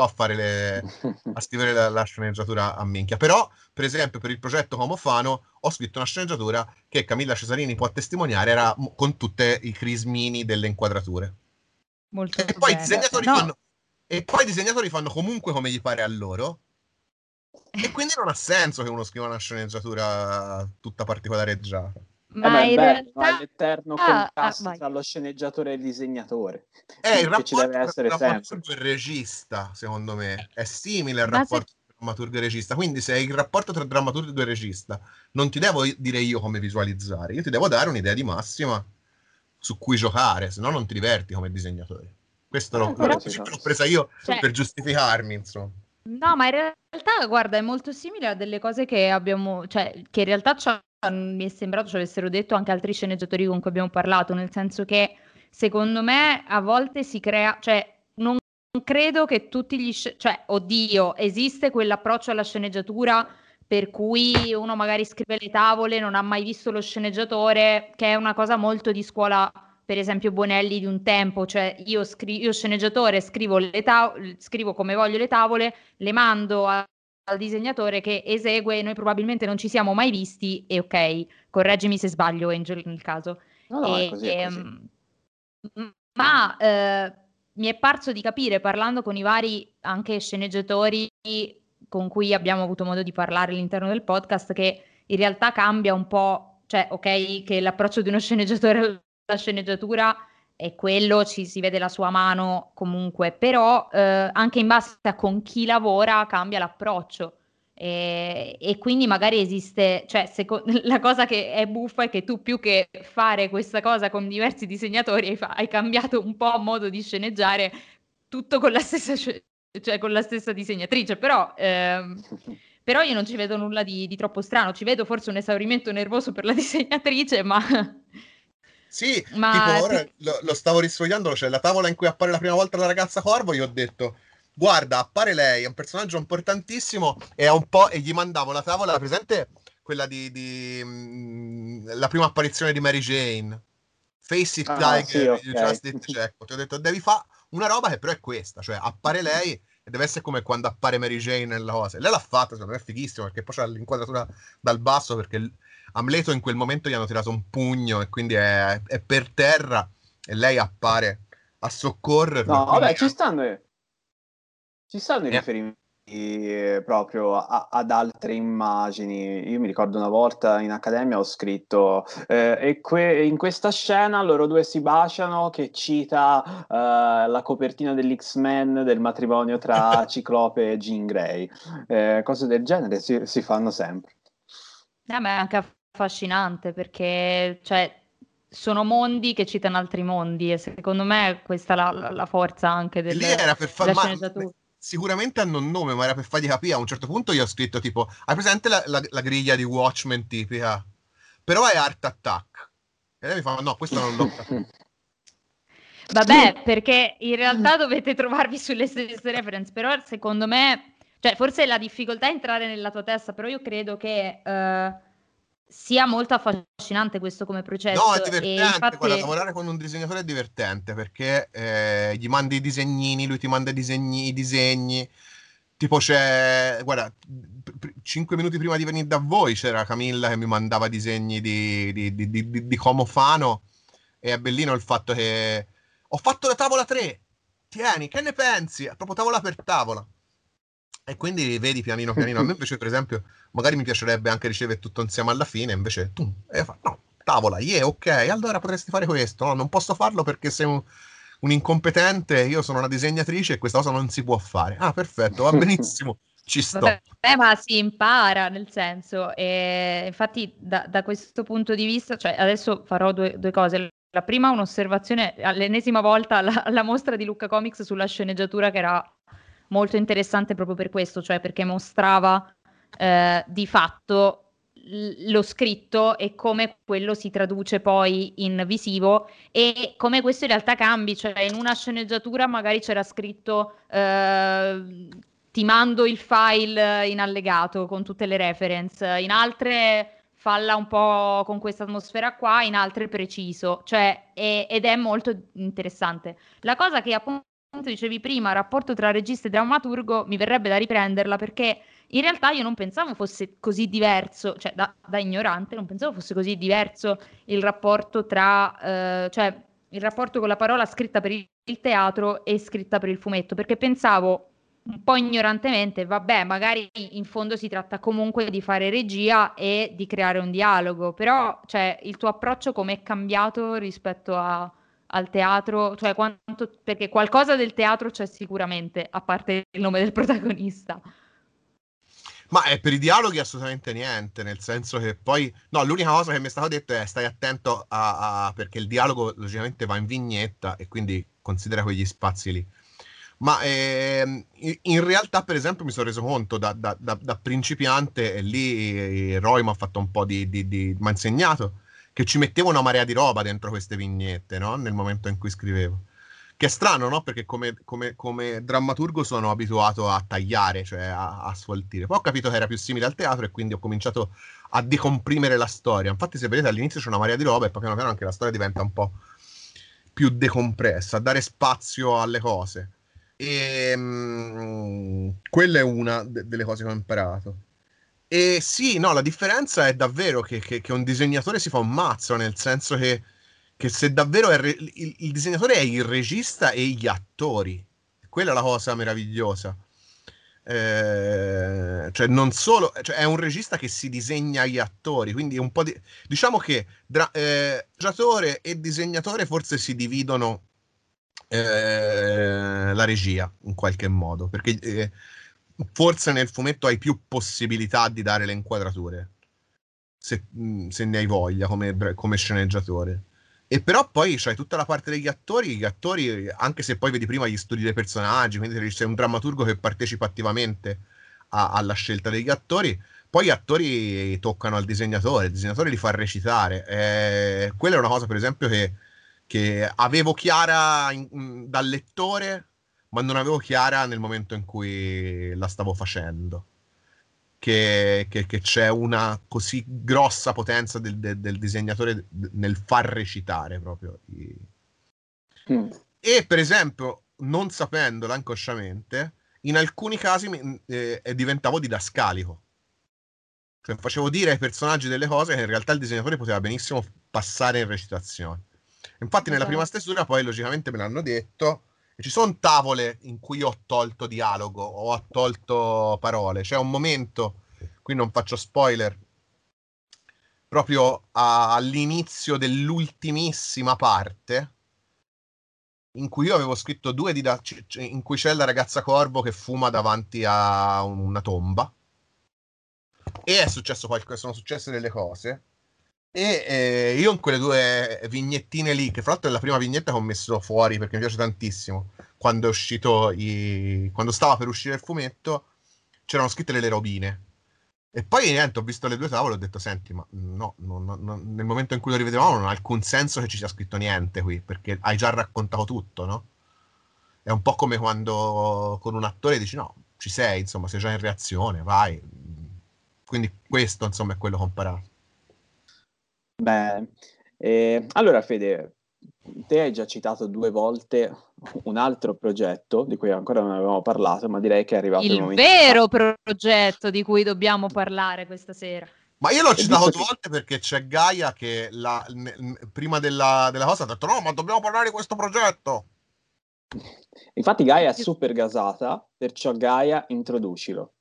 a scrivere la sceneggiatura a minchia. Però, per esempio, per il progetto Comofano ho scritto una sceneggiatura che Camilla Cesarini può testimoniare, era con tutte i crismini delle inquadrature. Molto E poi i bene. disegnatori No, fanno, e poi i disegnatori fanno comunque come gli pare a loro. E quindi non ha senso che uno scriva una sceneggiatura tutta particolareggiata. Ma ma è in bello, no? È realtà... l'eterno Ah, contrasto vai. tra lo sceneggiatore e il disegnatore, È il che ci deve rapporto tra essere sempre. drammaturgo e regista, secondo me. È simile al Ma se rapporto tra drammaturgo e regista. Quindi se è il rapporto tra drammaturgo e regista, non ti devo dire io come visualizzare, io ti devo dare un'idea di massima su cui giocare, se no non ti diverti come disegnatore. Questo però, Quello l'ho presa io cioè, per giustificarmi, insomma. no, ma in realtà, guarda, è molto simile a delle cose che abbiamo, cioè, che in realtà mi è sembrato ci avessero detto anche altri sceneggiatori con cui abbiamo parlato, nel senso che secondo me a volte si crea, cioè, non credo che tutti cioè, oddio, esiste quell'approccio alla sceneggiatura per cui uno magari scrive le tavole, non ha mai visto lo sceneggiatore, che è una cosa molto di scuola, per esempio Bonelli di un tempo, cioè io sceneggiatore scrivo come voglio le tavole, le mando al disegnatore che esegue, noi probabilmente non ci siamo mai visti e ok, correggimi se sbaglio Angel nel caso. No, no, è E, così, è così. ma mi è parso di capire parlando con i vari anche sceneggiatori con cui abbiamo avuto modo di parlare all'interno del podcast che in realtà cambia un po', cioè ok che l'approccio di uno sceneggiatore alla sceneggiatura è quello, ci si vede la sua mano comunque, però anche in base a con chi lavora cambia l'approccio. E quindi magari esiste, cioè la cosa che è buffa è che tu più che fare questa cosa con diversi disegnatori hai cambiato un po' modo di sceneggiare tutto con la stessa, cioè con la stessa disegnatrice, però io non ci vedo nulla di troppo strano, ci vedo forse un esaurimento nervoso per la disegnatrice, Sì, tipo ma ora lo stavo risfogliando, c'è la tavola in cui appare la prima volta la ragazza Corvo, io ho detto, guarda, appare lei, è un personaggio importantissimo, e, un po', e gli mandavo la tavola, presente quella la prima apparizione di Mary Jane, Face It Ah, sì, Tiger, You ok. Just It Check. Ti ho detto, devi fare una roba che però è questa, cioè appare lei e deve essere come quando appare Mary Jane nella cosa. E lei l'ha fatta, secondo me è fighissimo, perché poi c'ha l'inquadratura dal basso, perché Amleto in quel momento gli hanno tirato un pugno e quindi è per terra e lei appare a soccorrerlo e No, quindi vabbè, ci stanno i è- riferimenti proprio ad altre immagini. Io mi ricordo una volta in accademia ho scritto in questa scena loro due si baciano che cita la copertina dell'X-Men del matrimonio tra Ciclope e Jean Grey. Cose del genere si fanno sempre. ma è anche affascinante perché cioè, sono mondi che citano altri mondi e secondo me questa è la forza anche e lì era per fare, della ma sceneggiatura. sicuramente hanno un nome, ma era per fargli capire. A un certo punto io ho scritto tipo, hai presente la griglia di Watchmen tipica? Però è Art Attack. E lei mi fa, no, questo non l'ho capito. Vabbè, perché in realtà dovete trovarvi sulle stesse reference, però secondo me, cioè forse la difficoltà è entrare nella tua testa, però io credo che sia molto affascinante questo come No, è processo e divertente, guarda, infatti... lavorare con un disegnatore è divertente perché gli mandi i disegnini, lui ti manda i disegni. Tipo c'è, guarda, 5 minuti prima di venire da voi c'era Camilla che mi mandava disegni di Como Fano, e è bellino il fatto che ho fatto la tavola 3, tieni, che ne pensi? È proprio tavola per tavola. E quindi vedi pianino pianino. A me invece, per esempio, magari mi piacerebbe anche ricevere tutto insieme alla fine, invece tu, e fa, no, tavola, yeah, ok, allora potresti fare questo. No, non posso farlo perché sei un incompetente, io sono una disegnatrice e questa cosa non si può fare. Ah, perfetto, va benissimo, ci sto. Vabbè, ma si impara nel senso, e infatti da questo punto di vista, cioè adesso farò due cose. La prima, un'osservazione all'ennesima volta alla mostra di Lucca Comics sulla sceneggiatura che era molto interessante proprio per questo, cioè perché mostrava di fatto lo scritto e come quello si traduce poi in visivo e come questo in realtà cambi, cioè in una sceneggiatura magari c'era scritto ti mando il file in allegato con tutte le reference, in altre falla un po' con questa atmosfera qua, in altre preciso, cioè ed è molto interessante. La cosa che appunto dicevi prima, rapporto tra regista e drammaturgo, mi verrebbe da riprenderla perché in realtà io non pensavo fosse così diverso, cioè da ignorante, non pensavo fosse così diverso il rapporto tra, cioè il rapporto con la parola scritta per il teatro e scritta per il fumetto, perché pensavo un po' ignorantemente, vabbè, magari in fondo si tratta comunque di fare regia e di creare un dialogo, però cioè, il tuo approccio com'è cambiato rispetto al teatro? Cioè, perché qualcosa del teatro c'è sicuramente, a parte il nome del protagonista. Ma per i dialoghi assolutamente niente, nel senso che poi... No, l'unica cosa che mi è stato detto è stai attento perché il dialogo logicamente va in vignetta e quindi considera quegli spazi lì. Ma in realtà, per esempio, mi sono reso conto da principiante, e lì Roy mi ha fatto un po' mi ha insegnato, che ci mettevo una marea di roba dentro queste vignette, no? Nel momento in cui scrivevo. Che è strano, no? Perché come drammaturgo sono abituato a tagliare, cioè a sfoltire. Poi ho capito che era più simile al teatro e quindi ho cominciato a decomprimere la storia. Infatti, se vedete, all'inizio c'è una marea di roba e poi piano piano anche la storia diventa un po' più decompressa, a dare spazio alle cose. E quella è una delle cose che ho imparato. E sì, no, la differenza è davvero che un disegnatore si fa un mazzo, nel senso che se davvero il disegnatore è il regista e gli attori. Quella è la cosa meravigliosa. Cioè, non solo, cioè, è un regista che si disegna gli attori, quindi un po' diciamo che sceneggiatore e disegnatore forse si dividono la regia in qualche modo, perché forse nel fumetto hai più possibilità di dare le inquadrature, se ne hai voglia come sceneggiatore. E però poi c'hai tutta la parte degli attori, gli attori, anche se poi vedi prima gli studi dei personaggi, quindi sei un drammaturgo che partecipa attivamente alla scelta degli attori, poi gli attori toccano al disegnatore, il disegnatore li fa recitare. Quella è una cosa, per esempio, che avevo chiara dal lettore, ma non avevo chiara nel momento in cui la stavo facendo. Che c'è una così grossa potenza del disegnatore nel far recitare proprio. E per esempio, non sapendola inconsciamente, in alcuni casi diventavo didascalico. Cioè facevo dire ai personaggi delle cose che in realtà il disegnatore poteva benissimo passare in recitazione. Infatti nella prima stesura poi logicamente me l'hanno detto e ci sono tavole in cui ho tolto dialogo o ho tolto parole. C'è un momento, qui non faccio spoiler, proprio all'inizio dell'ultimissima parte in cui io avevo scritto in cui c'è la ragazza corvo che fuma davanti a una tomba e è successo sono successe delle cose e io in quelle due vignettine lì, che fra l'altro è la prima vignetta che ho messo fuori perché mi piace tantissimo, quando è uscito quando stava per uscire il fumetto c'erano scritte delle robine e poi niente, ho visto le due tavole e ho detto senti, ma no, nel momento in cui lo rivedevamo non ha alcun senso che ci sia scritto niente qui, perché hai già raccontato tutto, no? È un po' come quando con un attore dici no, ci sei, insomma, sei già in reazione, vai. Quindi questo, insomma, è quello che ho imparato. Beh, allora Fede, te hai già citato 2 volte un altro progetto di cui ancora non avevamo parlato, ma direi che è arrivato il momento. Il vero progetto di cui dobbiamo parlare questa sera. Ma io l'ho citato visto 2 volte perché c'è Gaia che prima della cosa ha detto no, ma dobbiamo parlare di questo progetto. Infatti Gaia è super gasata, perciò Gaia introducilo.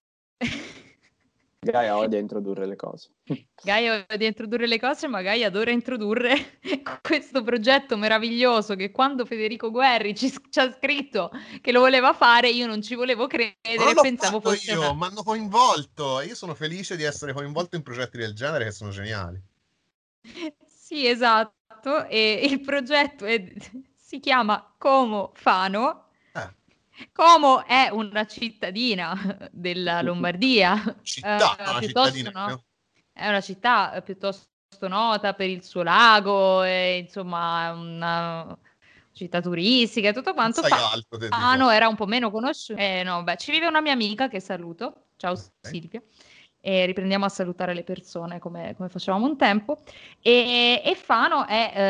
Gaia odia introdurre le cose. Gaia odia introdurre le cose, ma Gaia adora introdurre questo progetto meraviglioso che quando Federico Guerri ci ha scritto che lo voleva fare, io non ci volevo credere Ma non e l'ho pensavo fatto fosse io, una... mi hanno coinvolto. Io sono felice di essere coinvolto in progetti del genere che sono geniali. Sì, esatto, e il progetto si chiama Como Fano. Eh, Como è una cittadina della Lombardia, città, no, una piuttosto cittadina. no? è una città piuttosto nota per il suo lago, e, insomma, una città turistica e tutto quanto. Sai alto te di Fano era un po' meno conosciuto. No, beh, ci vive una mia amica che saluto. Ciao Silvia. E riprendiamo a salutare le persone come facevamo un tempo. E Fano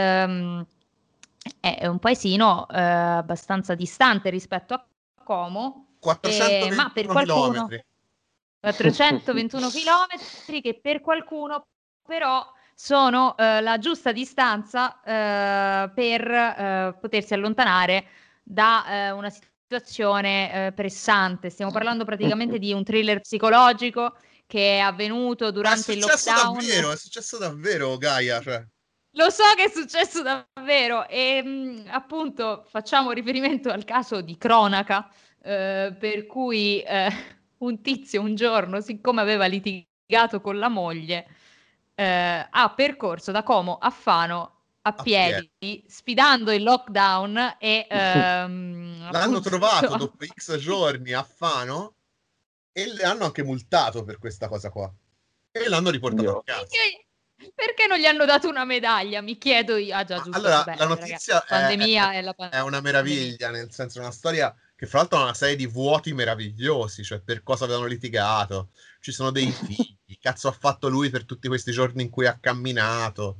è un paesino abbastanza distante rispetto a Como, ma per 421 qualcuno chilometri. 421 chilometri che per qualcuno però sono la giusta distanza per potersi allontanare da una situazione pressante. Stiamo parlando praticamente di un thriller psicologico che è avvenuto durante il lockdown. È successo davvero, Gaia, cioè. Lo so che è successo davvero e appunto facciamo riferimento al caso di cronaca per cui un tizio un giorno, siccome aveva litigato con la moglie, ha percorso da Como a Fano a piedi, sfidando il lockdown e l'hanno appunto trovato dopo X giorni a Fano e le hanno anche multato per questa cosa qua e l'hanno riportato a casa. Perché non gli hanno dato una medaglia? Mi chiedo io. Ah già, giusto. Allora, Vabbè, la notizia ragazzi, pandemia è la è una pandemia. meraviglia, nel senso è una storia che fra l'altro ha una serie di vuoti meravigliosi, cioè per cosa avevano litigato, ci sono dei figli, cazzo ha fatto lui per tutti questi giorni in cui ha camminato,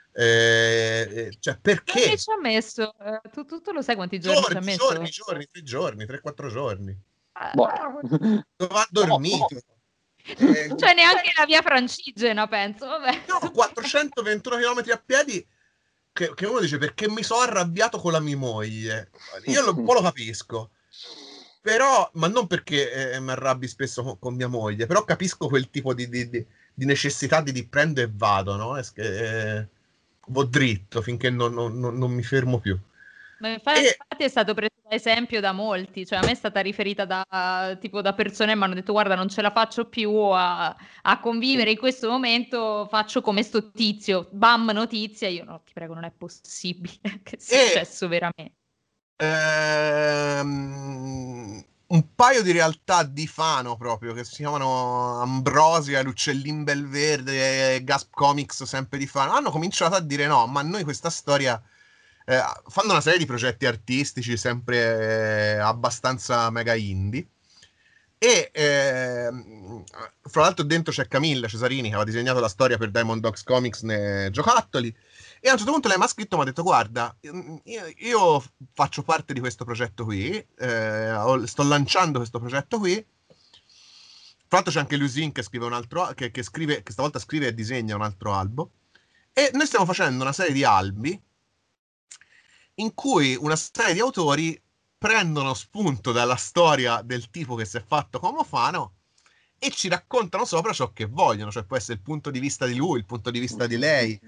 cioè perché? Quanti ci ha messo? Tu lo sai quanti giorni ci ha messo? 3 giorni, 3-4 giorni. Boh. Dove ha dormito? Cioè neanche la via Francigena, penso. Vabbè. No, 421 km a piedi che uno dice perché mi sono arrabbiato con la mia moglie. Io un po' lo capisco. Però, ma non perché mi arrabbi spesso con mia moglie, però capisco quel tipo di necessità di prendo e vado, no? Vo dritto finché non mi fermo più. Ma infatti è stato preso da esempio da molti, cioè a me è stata riferita da persone che mi hanno detto guarda non ce la faccio più a convivere in questo momento, faccio come sto tizio, bam notizia, io no ti prego non è possibile che è successo veramente. Un paio di realtà di Fano proprio che si chiamano Ambrosia, l'Uccellin Belverde e Gasp Comics sempre di Fano hanno cominciato a dire no, ma noi questa storia fanno una serie di progetti artistici sempre abbastanza mega indie e fra l'altro dentro c'è Camilla Cesarini che aveva disegnato la storia per Diamond Dogs Comics nei giocattoli e a un certo punto lei mi ha scritto mi ha detto guarda io faccio parte di questo progetto qui sto lanciando questo progetto qui fra l'altro c'è anche Lusin che scrive un altro che stavolta scrive e disegna un altro albo e noi stiamo facendo una serie di albi in cui una serie di autori prendono spunto dalla storia del tipo che si è fatto come Fano e ci raccontano sopra ciò che vogliono, cioè può essere il punto di vista di lui, il punto di vista di lei,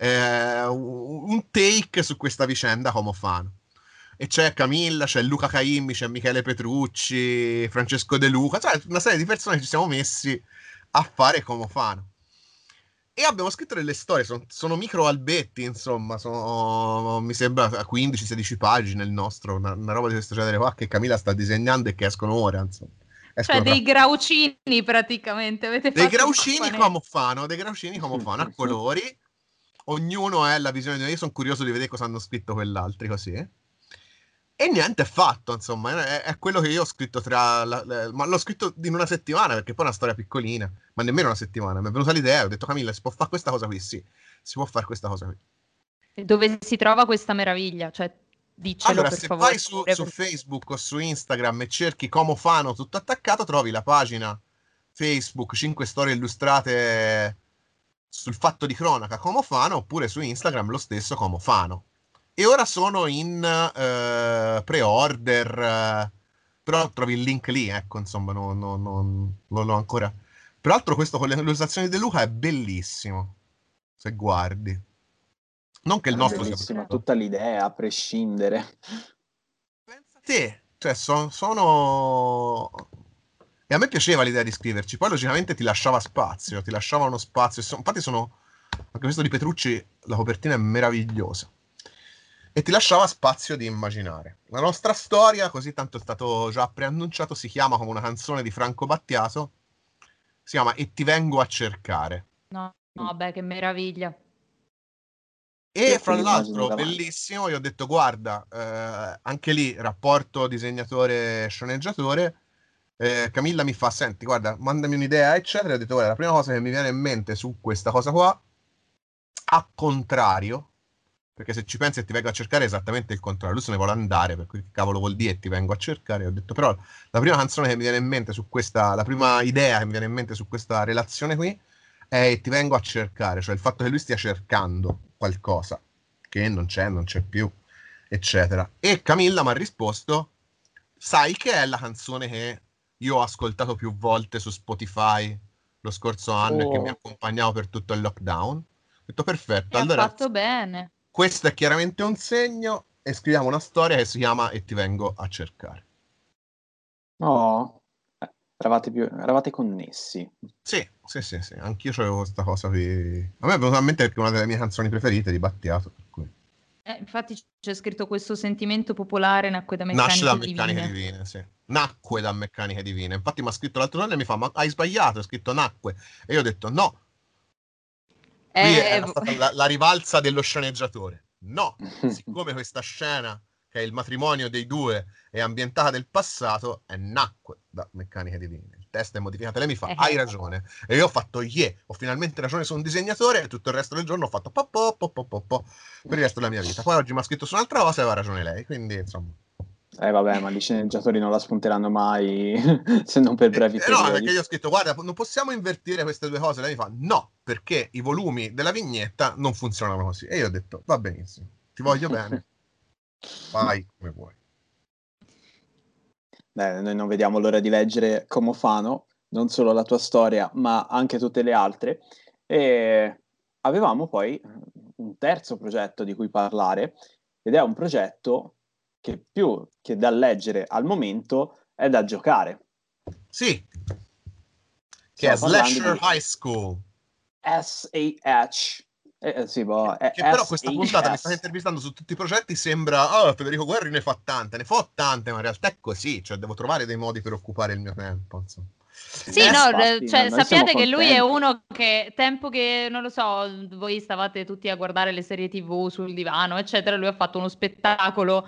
un take su questa vicenda come Fano. E c'è Camilla, c'è Luca Caimmi, c'è Michele Petrucci, Francesco De Luca, cioè una serie di persone che ci siamo messi a fare come Fano. E abbiamo scritto delle storie, sono micro albetti, insomma, mi sembra 15-16 pagine il nostro, una roba di questo genere qua che Camilla sta disegnando e che escono ora, insomma. Cioè dei graucini praticamente, avete dei fatto graucini come Fano, a colori, ognuno è la visione di noi, io sono curioso di vedere cosa hanno scritto quell'altri così. E niente è fatto, insomma, è quello che io ho scritto ma l'ho scritto in una settimana, perché poi è una storia piccolina, ma nemmeno una settimana. Mi è venuta l'idea, ho detto Camilla, si può fare questa cosa qui? Sì, si può fare questa cosa qui. E dove si trova questa meraviglia? Cioè, diccelo allora, per se favore. vai su Facebook o su Instagram e cerchi Como Fano tutto attaccato, trovi la pagina Facebook 5 storie illustrate sul fatto di cronaca Como Fano, oppure su Instagram lo stesso Como Fano. E ora sono in pre-order, però trovi il link lì, ecco, insomma, non l'ho ancora. Peraltro questo con le illustrazioni di Luca è bellissimo, se guardi. Non che il nostro sia bellissima, tutta l'idea, a prescindere. Pensa te, cioè sono... E a me piaceva l'idea di scriverci, poi logicamente ti lasciava uno spazio. Infatti anche questo di Petrucci, la copertina è meravigliosa. E ti lasciava spazio di immaginare. La nostra storia, così tanto è stato già preannunciato, si chiama come una canzone di Franco Battiato, si chiama E ti vengo a cercare. No, vabbè, che meraviglia. E fra Quindi immagino l'altro, davanti. bellissimo, io ho detto, guarda, anche lì, rapporto disegnatore-sceneggiatore, Camilla mi fa, senti, guarda, mandami un'idea, eccetera, e ho detto, guarda, la prima cosa che mi viene in mente su questa cosa qua, a contrario, perché se ci pensi e ti vengo a cercare è esattamente il contrario, lui se ne vuole andare, per cui che cavolo vuol dire e ti vengo a cercare, ho detto, però la prima canzone che mi viene in mente su questa, la prima idea che mi viene in mente su questa relazione qui è ti vengo a cercare, cioè il fatto che lui stia cercando qualcosa che non c'è più, eccetera. E Camilla mi ha risposto, sai che è la canzone che io ho ascoltato più volte su Spotify lo scorso anno e che mi Oh, accompagnava per tutto il lockdown? Ho detto perfetto, E ha allora fatto bene. questo è chiaramente un segno e scriviamo una storia che si chiama E ti vengo a cercare. oh. Eravate connessi. Sì, sì, sì, sì, anch'io c'avevo questa cosa qui. A me è venuta in mente perché è una delle mie canzoni preferite di Battiato, per cui. Infatti c'è scritto questo sentimento popolare nacque da Nasce da meccaniche meccaniche divine. divine, sì. Nacque da meccaniche divine. Infatti mi ha scritto l'altro giorno e mi fa, ma hai sbagliato, è scritto nacque. E io ho detto no, qui Eh, era stata la rivalsa dello sceneggiatore. No, siccome questa scena, che è il matrimonio dei due, è ambientata nel passato, è nacque da meccaniche divine. Il testo è modificato. Lei mi fa, hai eh. ragione. E io ho fatto, yeah, ho finalmente ragione su un disegnatore e tutto il resto del giorno ho fatto po, po, po, po, po, po, per il resto della mia vita. Poi oggi mi ha scritto su un'altra cosa e aveva ragione lei, quindi insomma. Vabbè, ma gli sceneggiatori non la spunteranno mai se non per brevi No, perché periodi. io ho scritto, guarda, non possiamo invertire queste due cose. Lei mi fa, no, perché i volumi della vignetta non funzionano così. E io ho detto, va benissimo, ti voglio bene, fai come vuoi. Beh, noi non vediamo l'ora di leggere Como Fano, non solo la tua storia, ma anche tutte le altre. E avevamo poi un terzo progetto di cui parlare, ed è un progetto che più che da leggere al momento è da giocare. Sì, che è Stiamo parlando Slasher di High School. SAH. Sì, boh, è Che però questa puntata mi state SAS. intervistando su tutti i progetti, sembra, oh, Federico Guerri ne fa tante, ma in realtà è così, cioè devo trovare dei modi per occupare il mio tempo, insomma. Sì, no, Infatti, ma cioè, noi siamo sappiate che lui è contenti. uno che tempo che, non lo so, voi stavate tutti a guardare le serie TV sul divano, eccetera, lui ha fatto uno spettacolo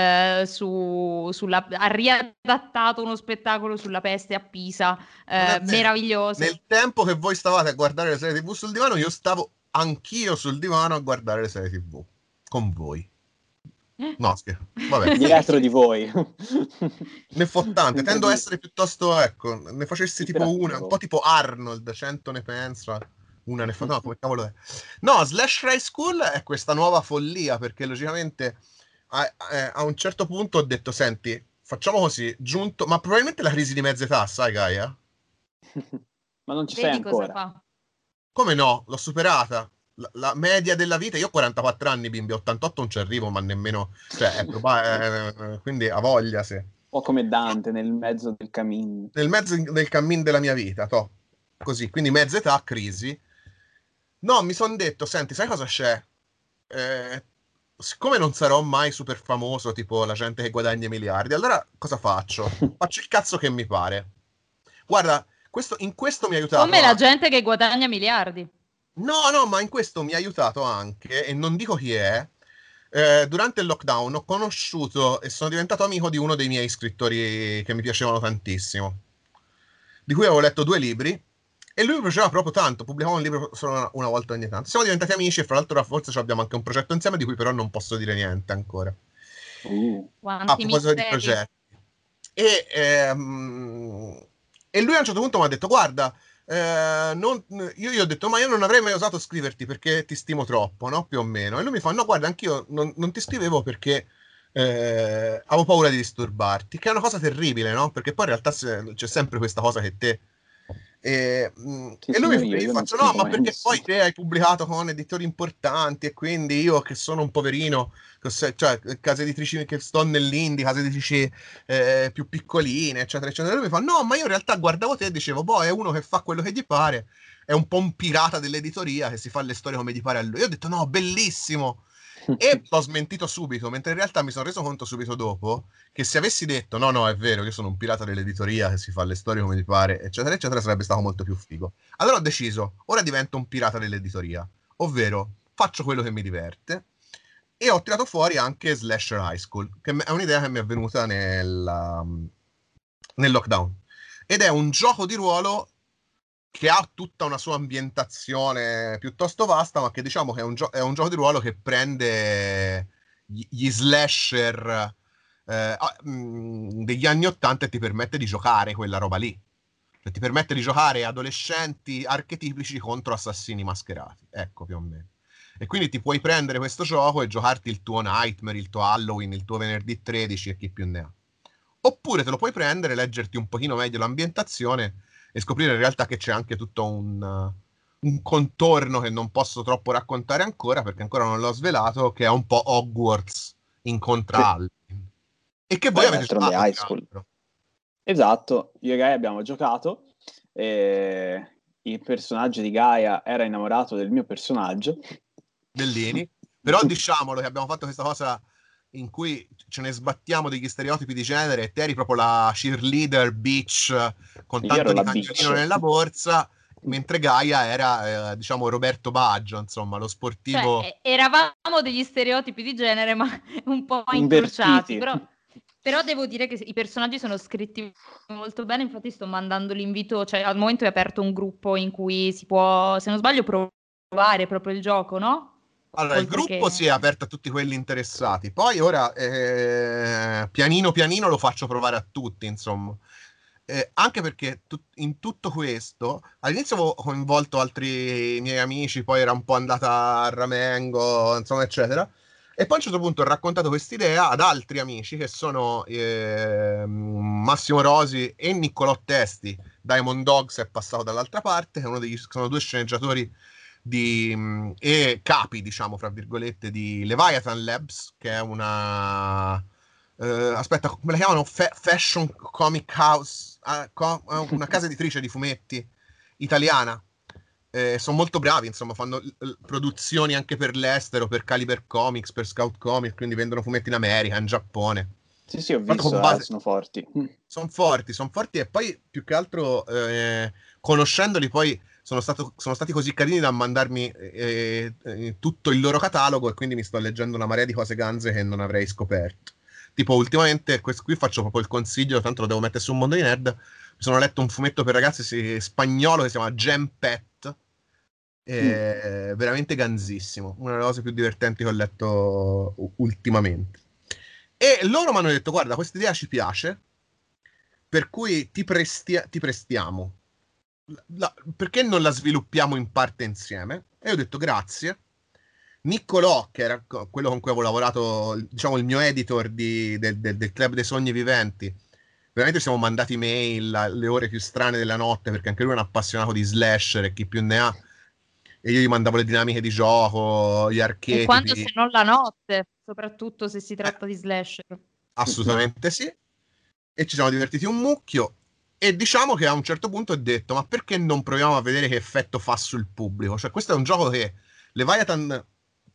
ha riadattato uno spettacolo sulla peste a Pisa, Non è vero. meraviglioso. Nel tempo che voi stavate a guardare le serie TV sul divano, io stavo anch'io sul divano a guardare le serie TV con voi. No, scherzo. Vabbè. Dietro di voi. Ne fo tante. Tendo a Incredibile. essere piuttosto, ecco, ne facessi tipo una, un po' Iperattivo. tipo Arnold, 100 ne pensa, una ne fa. No, come cavolo è? No, Slash High School è questa nuova follia, perché logicamente a un certo punto ho detto, senti, facciamo così, giunto, ma probabilmente la crisi di mezza età, sai Gaia? Ma non ci sei Vedi cosa ancora. fa? Come no? L'ho superata. La media della vita, io ho 44 anni, bimbi, 88 non ci arrivo, ma nemmeno, cioè, è probabile, quindi ha voglia, se. O come Dante nel mezzo del cammin. Nel mezzo del cammin della mia vita, toh. Così, quindi mezza età, crisi. No, mi sono detto, senti, sai cosa c'è? Eh, siccome non sarò mai super famoso, tipo la gente che guadagna miliardi, allora cosa faccio? Faccio il cazzo che mi pare. Guarda, in questo mi ha aiutato Come la anche. gente che guadagna miliardi. No, no, ma in questo mi ha aiutato anche, e non dico chi è. Durante il lockdown ho conosciuto e sono diventato amico di uno dei miei scrittori che mi piacevano tantissimo, di cui avevo letto 2 libri, e lui mi piaceva proprio tanto, pubblicava un libro solo una volta ogni tanto. Siamo diventati amici e fra l'altro forse abbiamo anche un progetto insieme di cui però non posso dire niente ancora. A Quanti proposito di misteri. progetti. E lui a un certo punto mi ha detto, guarda, io gli ho detto, ma io non avrei mai osato scriverti perché ti stimo troppo, no? Più o meno. E lui mi fa, no, guarda, anch'io non ti scrivevo perché avevo paura di disturbarti, che è una cosa terribile, no? Perché poi in realtà c'è sempre questa cosa che te. Sì, E lui sono mi io non faccio, no, scrivo ma mai a perché poi nessuno. te hai pubblicato con editori importanti e quindi io che sono un poverino, cioè case editrici che sto nell'indie, case editrici più piccoline, eccetera, eccetera. E lui mi fa, no, ma io in realtà guardavo te e dicevo, boh, è uno che fa quello che gli pare, è un po' un pirata dell'editoria che si fa le storie come gli pare a lui. Io ho detto, no, bellissimo. E l'ho smentito subito, mentre in realtà mi sono reso conto subito dopo che se avessi detto no, è vero, io sono un pirata dell'editoria che si fa le storie come gli pare, eccetera, eccetera, sarebbe stato molto più figo. Allora ho deciso, ora divento un pirata dell'editoria, ovvero faccio quello che mi diverte, e ho tirato fuori anche Slasher High School, che è un'idea che mi è venuta nel lockdown. Ed è un gioco di ruolo che ha tutta una sua ambientazione piuttosto vasta, ma che diciamo che è un gioco di ruolo che prende gli slasher degli anni '80 e ti permette di giocare quella roba lì. Cioè, ti permette di giocare adolescenti archetipici contro assassini mascherati. Ecco, più o meno. E quindi ti puoi prendere questo gioco e giocarti il tuo Nightmare, il tuo Halloween, il tuo Venerdì 13 e chi più ne ha. Oppure te lo puoi prendere, leggerti un pochino meglio l'ambientazione e scoprire in realtà che c'è anche tutto un contorno che non posso troppo raccontare ancora, perché ancora non l'ho svelato, che è un po' Hogwarts incontra Halloween. E che voi avete d'altronde giocato, High School. Esatto, io e Gaia abbiamo giocato, il personaggio di Gaia era innamorato del mio personaggio. Bellini. Però diciamolo che abbiamo fatto questa cosa in cui ce ne sbattiamo degli stereotipi di genere e te eri proprio la cheerleader bitch con Io tanto ero di la cagnolino bitch nella borsa, mentre Gaia era, diciamo, Roberto Baggio, insomma, lo sportivo... Cioè, eravamo degli stereotipi di genere, ma un po' incrociati, Invertiti. però devo dire che i personaggi sono scritti molto bene, infatti sto mandando l'invito, cioè al momento è aperto un gruppo in cui si può, se non sbaglio, provare proprio il gioco, no? Allora, il Oltre gruppo che... si è aperto a tutti quelli interessati, poi ora pianino pianino lo faccio provare a tutti, insomma. Anche perché in tutto questo all'inizio avevo coinvolto altri miei amici, poi era un po' andata a ramengo, insomma, eccetera. E poi a un certo punto ho raccontato quest'idea ad altri amici che sono Massimo Rosi e Niccolò Testi. Diamond Dogs è passato dall'altra parte, che sono due sceneggiatori e capi, diciamo, fra virgolette, di Leviathan Labs, che è una... aspetta, come la chiamano? Fashion Comic House, una casa editrice di fumetti italiana. Sono molto bravi, insomma, fanno produzioni anche per l'estero, per Caliber Comics, per Scout Comics, quindi vendono fumetti in America, in Giappone. Sì, ho Fatto visto, con base... sono forti. Sono forti e poi più che altro conoscendoli poi sono stati così carini da mandarmi tutto il loro catalogo e quindi mi sto leggendo una marea di cose ganze che non avrei scoperto. Tipo ultimamente, questo qui faccio proprio il consiglio, tanto lo devo mettere su un mondo di nerd, mi sono letto un fumetto per ragazzi spagnolo che si chiama Gem Pet, veramente ganzissimo, una delle cose più divertenti che ho letto ultimamente. E loro mi hanno detto, guarda, questa idea ci piace, per cui ti prestiamo. Perché non la sviluppiamo in parte insieme? E io ho detto grazie. Niccolò, che era quello con cui avevo lavorato, diciamo il mio editor del Club dei Sogni Viventi, veramente ci siamo mandati mail alle ore più strane della notte, perché anche lui è un appassionato di slasher e chi più ne ha, e io gli mandavo le dinamiche di gioco, gli E quando se archetipi. non la notte, soprattutto se si tratta di slasher. Assolutamente sì. E ci siamo divertiti un mucchio. E diciamo che a un certo punto ho detto, ma perché non proviamo a vedere che effetto fa sul pubblico? Cioè, questo è un gioco che Leviathan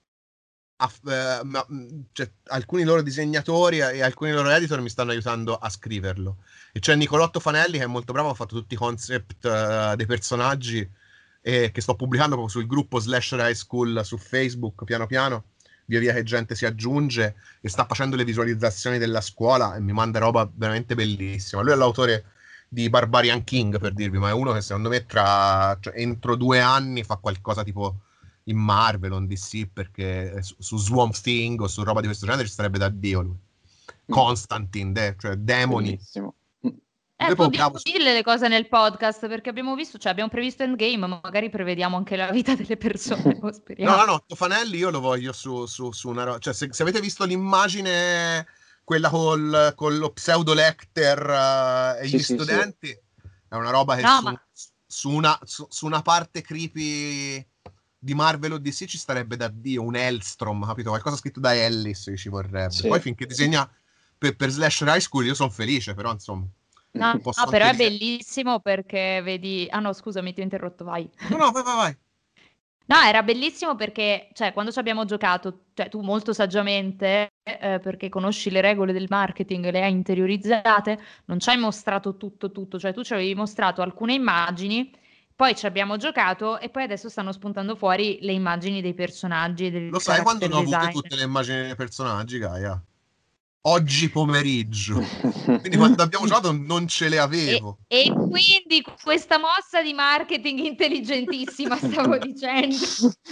cioè, alcuni loro disegnatori e alcuni loro editor mi stanno aiutando a scriverlo. E c'è Nicolotto Fanelli che è molto bravo, ha fatto tutti i concept dei personaggi e che sto pubblicando proprio sul gruppo Slasher High School su Facebook piano piano, via via che gente si aggiunge e sta facendo le visualizzazioni della scuola e mi manda roba veramente bellissima. Lui è l'autore di Barbarian King, per dirvi, ma è uno che secondo me cioè, entro 2 anni fa qualcosa tipo in Marvel o in DC, perché su Swamp Thing o su roba di questo genere ci sarebbe da Dio lui. Constantine, cioè demoni. Bellissimo. Possiamo dirle le cose nel podcast perché abbiamo visto, cioè abbiamo previsto Endgame, ma magari prevediamo anche la vita delle persone, speriamo. No, Tofanelli io lo voglio su una roba. Cioè, se avete visto l'immagine, quella con lo pseudo Lecter e gli Sì. studenti, è una roba che No, ma su una parte creepy di Marvel o DC ci starebbe da Dio, un Hellstrom, capito? Qualcosa scritto da Ellis ci vorrebbe. Sì. Poi finché disegna per Slash High School io sono felice, però insomma. no, Posso però anche è dire... bellissimo perché vedi... Ah no, scusami, ti ho interrotto, vai. No, vai. No, era bellissimo perché, cioè, quando ci abbiamo giocato, cioè, tu molto saggiamente, perché conosci le regole del marketing, le hai interiorizzate, non ci hai mostrato tutto, cioè tu ci avevi mostrato alcune immagini, poi ci abbiamo giocato e poi adesso stanno spuntando fuori le immagini dei personaggi e del Lo sai quando character ne ho avute design. tutte le immagini dei personaggi, Gaia? Oggi pomeriggio. Quindi quando abbiamo giocato non ce le avevo. E quindi questa mossa di marketing intelligentissima, stavo dicendo.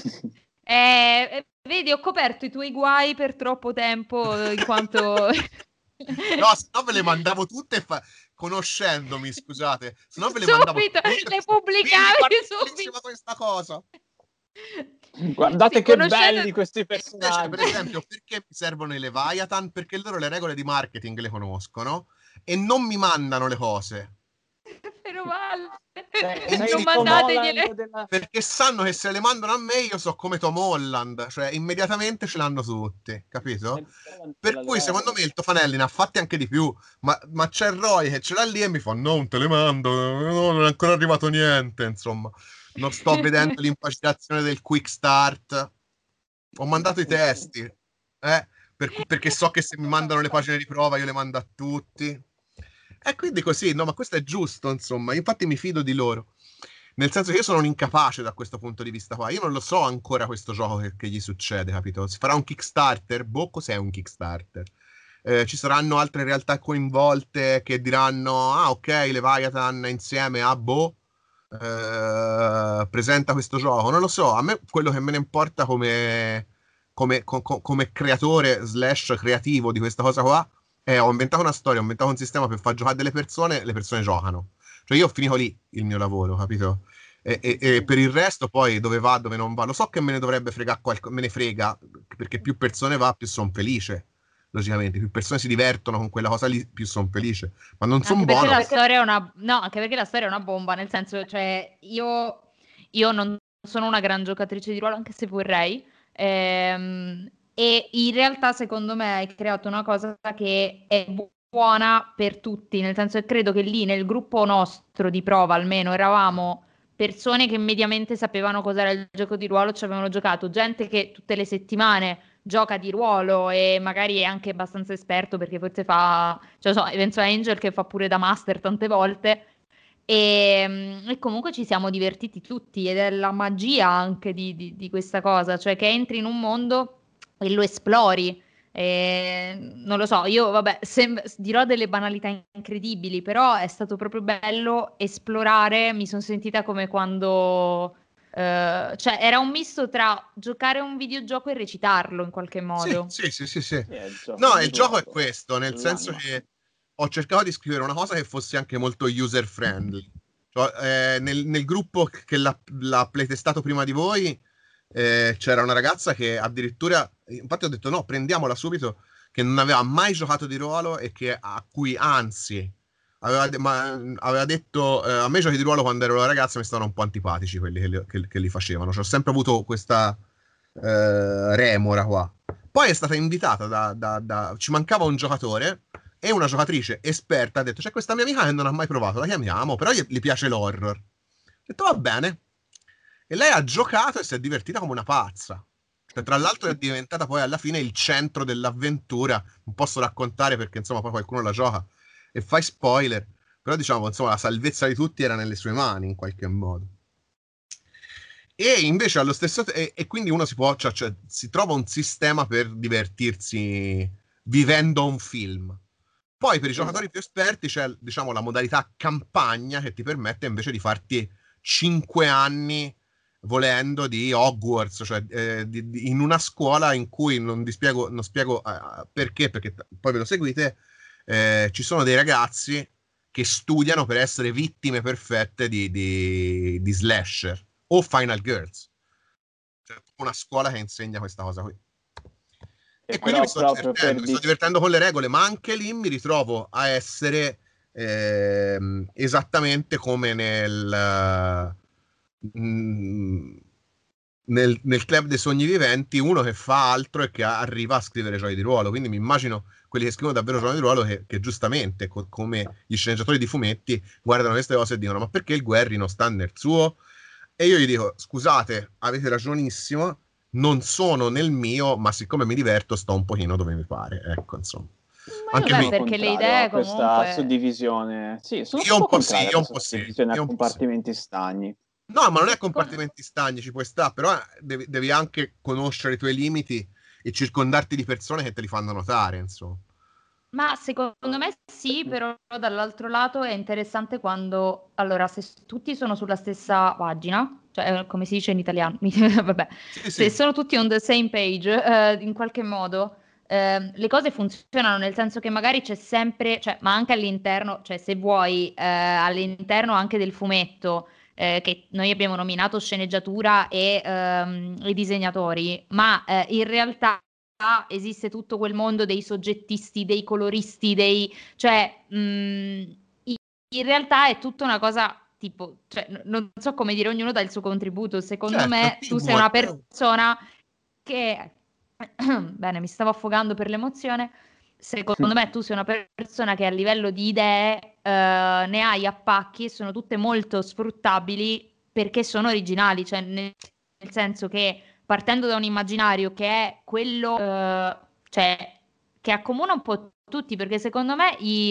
Vedi, ho coperto i tuoi guai per troppo tempo in quanto... No, se no ve le mandavo tutte conoscendomi, scusate. Se no ve le mandavo Subito, tutte. le Quindi, pubblicavi guarda, è subito. bellissima questa cosa. Guardate Sì, che conoscendo... belli questi E invece, per personaggi. esempio, perché mi servono i Leviathan? Perché loro le regole di marketing le conoscono e non mi mandano le cose. Meno male. E Sei io Non il Tom dico, mandategliele. Holland della... perché sanno che se le mandano a me io so come Tom Holland, cioè immediatamente ce l'hanno tutti, sei capito? il Tom Holland Per della cui secondo Leviathan. me il Tofanelli ne ha fatti anche di più, ma c'è Roy che ce l'ha lì e mi fa no, non te le mando, no, non è ancora arrivato niente, insomma. Non sto vedendo l'impaginazione del quick start. Ho mandato i testi, perché so che se mi mandano le pagine di prova io le mando a tutti. E quindi così, no, ma questo è giusto, insomma. Infatti mi fido di loro. Nel senso che io sono un incapace da questo punto di vista qua. Io non lo so ancora questo gioco che gli succede, capito? Si farà un Kickstarter? Boh, cos'è un Kickstarter? Ci saranno altre realtà coinvolte che diranno, ah, ok, Leviathan insieme a boh, presenta questo gioco. Non lo so, a me quello che me ne importa come creatore slash creativo di questa cosa qua ho inventato una storia, ho inventato un sistema per far giocare delle persone, le persone giocano. Cioè io ho finito lì il mio lavoro, capito? E per il resto poi dove va, dove non va, lo so che me ne dovrebbe fregare me ne frega, perché più persone va, più sono felice. Logicamente, più persone si divertono con quella cosa lì, più sono felice. Ma non sono Anche perché buono. la storia è una... No, anche perché la storia è una bomba, nel senso, cioè, io non sono una gran giocatrice di ruolo, anche se vorrei, e in realtà, secondo me, hai creato una cosa che è buona per tutti, nel senso che credo che lì, nel gruppo nostro di prova, almeno, eravamo persone che mediamente sapevano cos'era il gioco di ruolo, ci avevano giocato, gente che tutte le settimane gioca di ruolo e magari è anche abbastanza esperto perché forse fa, cioè, so, penso a Angel che fa pure da master tante volte e comunque ci siamo divertiti tutti ed è la magia anche di questa cosa, cioè che entri in un mondo e lo esplori. E non lo so, io vabbè, dirò delle banalità incredibili, però è stato proprio bello esplorare, mi sono sentita come quando cioè era un misto tra giocare a un videogioco e recitarlo in qualche Sì, modo. sì, sì, sì, sì. Sì, è il gioco No, di il gioco è ruolo. questo, nel senso L'anima. che ho cercato di scrivere una cosa che fosse anche molto user friendly. Cioè, nel gruppo che l'ha playtestato prima di voi, c'era una ragazza che addirittura, infatti ho detto no, prendiamola subito, che non aveva mai giocato di ruolo e a cui anzi aveva detto a me i giochi di ruolo quando ero ragazza mi stavano un po' antipatici quelli che li facevano. Cioè, ho sempre avuto questa remora qua. Poi è stata invitata ci mancava un giocatore e una giocatrice esperta ha detto c'è questa mia amica che non ha mai provato, la chiamiamo, però gli piace l'horror. Ho detto va bene. E lei ha giocato e si è divertita come una pazza. Cioè, tra l'altro è diventata poi alla fine il centro dell'avventura. Non posso raccontare perché insomma poi qualcuno la gioca e fai spoiler. Però diciamo insomma la salvezza di tutti era nelle sue mani in qualche modo. E invece allo stesso tempo, e quindi uno cioè, si trova un sistema per divertirsi vivendo un film. Poi per i giocatori Esatto. più esperti c'è, diciamo, la modalità campagna che ti permette invece di farti 5 anni volendo di Hogwarts, cioè in una scuola in cui non spiego perché poi ve lo seguite, ci sono dei ragazzi che studiano per essere vittime perfette di slasher o Final Girls. Cioè, una scuola che insegna questa cosa qui. E E quindi però proprio per mi sto divertendo con le regole, ma anche lì mi ritrovo a essere esattamente come mm, nel club dei sogni viventi, uno che fa altro e che arriva a scrivere giochi di ruolo. Quindi mi immagino quelli che scrivono davvero giochi di ruolo che giustamente, come gli sceneggiatori di fumetti, guardano queste cose e dicono: ma perché il Guerri non sta nel suo E io gli dico, scusate, avete ragionissimo, non sono nel mio, ma siccome mi diverto sto un pochino dove mi pare, ecco, insomma. Ma io Anche sono qui, perché le contrario a idee questa comunque... suddivisione. Sì, sono io un proprio po' sì, contrario a io un questa po' sì, suddivisione a io un po' sì. compartimenti stagni. No, ma non è Secondo... compartimenti stagni, ci puoi stare, però devi anche conoscere i tuoi limiti e circondarti di persone che te li fanno notare, insomma. Ma secondo me sì, però dall'altro lato è interessante quando, allora, se tutti sono sulla stessa pagina, cioè come si dice in italiano, vabbè, Sì, se sì, sono tutti on the same page, in qualche modo, le cose funzionano, nel senso che magari c'è sempre, cioè, ma anche all'interno, cioè se vuoi, all'interno anche del fumetto, che noi abbiamo nominato sceneggiatura e disegnatori, ma in realtà esiste tutto quel mondo dei soggettisti, dei coloristi, cioè in realtà è tutta una cosa tipo, cioè, non so come dire, ognuno dà il suo contributo. Secondo certo, me tu sei una teamwork. persona che, bene, mi stavo affogando per l'emozione. Secondo me tu sei una persona che a livello di idee ne hai a pacchi e sono tutte molto sfruttabili perché sono originali, cioè nel senso che partendo da un immaginario che è quello, cioè, che accomuna un po' tutti, perché secondo me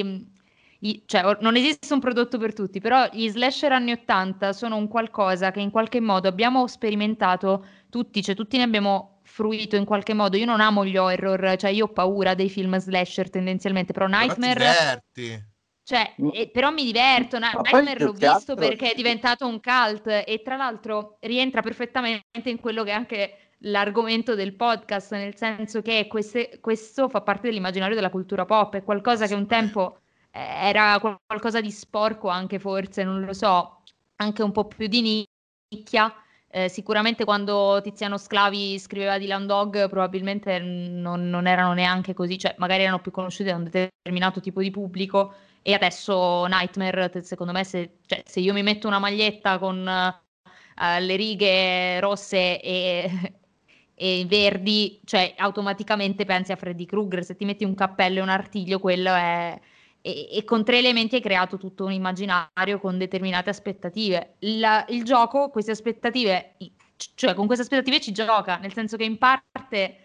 cioè, non esiste un prodotto per tutti, però gli slasher anni 80 sono un qualcosa che in qualche modo abbiamo sperimentato tutti, cioè tutti ne abbiamo fruito in qualche modo. Io non amo gli horror, cioè io ho paura dei film slasher tendenzialmente, però Però ti Nightmare, diverti. cioè, Ma però mi diverto. ma poi Nightmare più l'ho che visto altro, perché è diventato un cult e tra l'altro rientra perfettamente in quello che è anche l'argomento del podcast, nel senso che questo fa parte dell'immaginario della cultura pop, è qualcosa che un Assolutamente. tempo era qualcosa di sporco anche forse, non lo so, anche un po' più di nicchia. Sicuramente quando Tiziano Sclavi scriveva di Land Dog probabilmente non erano neanche così, cioè magari erano più conosciuti da un determinato tipo di pubblico e adesso Nightmare, secondo me, cioè, se io mi metto una maglietta con le righe rosse e verdi, cioè automaticamente pensi a Freddy Krueger. Se ti metti un cappello e un artiglio, quello è... E con tre elementi hai creato tutto un immaginario con determinate aspettative. Il gioco, queste aspettative, cioè con queste aspettative ci gioca, nel senso che in parte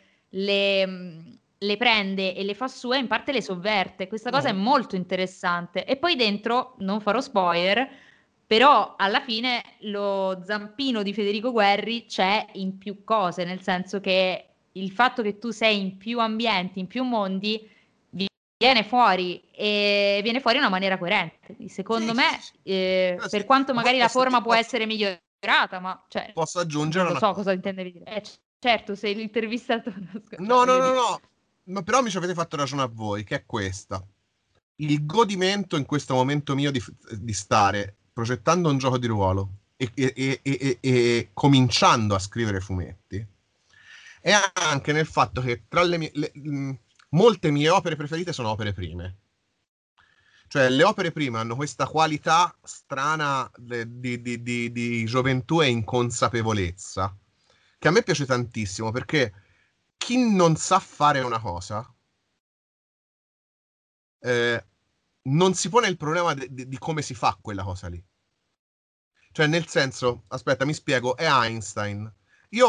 le prende e le fa sue, in parte le sovverte. Questa cosa è No, molto interessante. E poi dentro, non farò spoiler, però alla fine lo zampino di Federico Guerri c'è in più cose, nel senso che il fatto che tu sei in più ambienti, in più mondi, viene fuori e viene fuori in una maniera coerente. sì, Secondo sì, me, sì. Però sì. per quanto Ma poi magari la posso, forma può posso- essere migliorata, ma cioè, posso non aggiungere lo una so cosa. cosa intendevi dire. Certo, sei l'intervistato, cioè, No, no, voglio no, dire. no, ma però mi ci avete fatto ragione a voi, che è questa. Il godimento in questo momento mio di stare progettando un gioco di ruolo e cominciando a scrivere fumetti è anche nel fatto che tra molte mie opere preferite sono opere prime. Cioè, le opere prime hanno questa qualità strana di gioventù e inconsapevolezza, che a me piace tantissimo, perché chi non sa fare una cosa, eh, non si pone il problema di come si fa quella cosa lì. Cioè, nel senso, aspetta, mi spiego, è Einstein. Io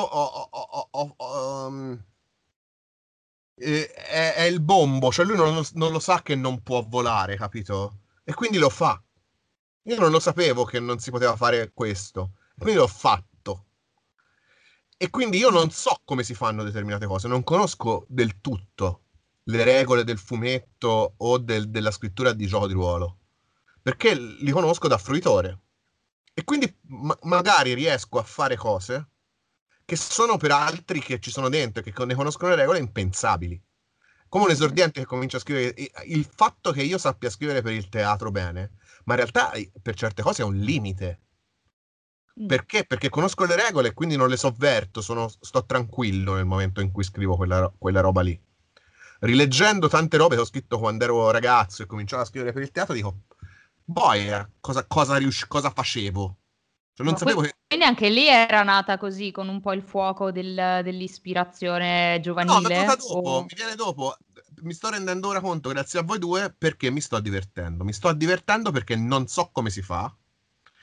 è il bombo, cioè lui non lo sa che non può volare, capito? E quindi lo fa. Io non lo sapevo che non si poteva fare questo, quindi l'ho fatto. E quindi io non so come si fanno determinate cose, non conosco del tutto le regole del fumetto o della scrittura di gioco di ruolo, perché li conosco da fruitore. E quindi magari riesco a fare cose che sono per altri che ci sono dentro e che ne conoscono le regole impensabili. Come un esordiente che comincia a scrivere, il fatto che io sappia scrivere per il teatro bene, ma in realtà per certe cose è un limite. Mm. Perché? Perché conosco le regole e quindi non le sovverto, sto tranquillo nel momento in cui scrivo quella roba lì. Rileggendo tante robe che ho scritto quando ero ragazzo e cominciavo a scrivere per il teatro, dico, boia, cosa facevo? Cioè, non Ma sapevo che... quindi anche lì era nata così, con un po' il fuoco dell'ispirazione No, mi è venuta giovanile? dopo, mi viene dopo. Mi sto rendendo ora conto, grazie a voi due, perché mi sto divertendo. Mi sto divertendo perché non so come si fa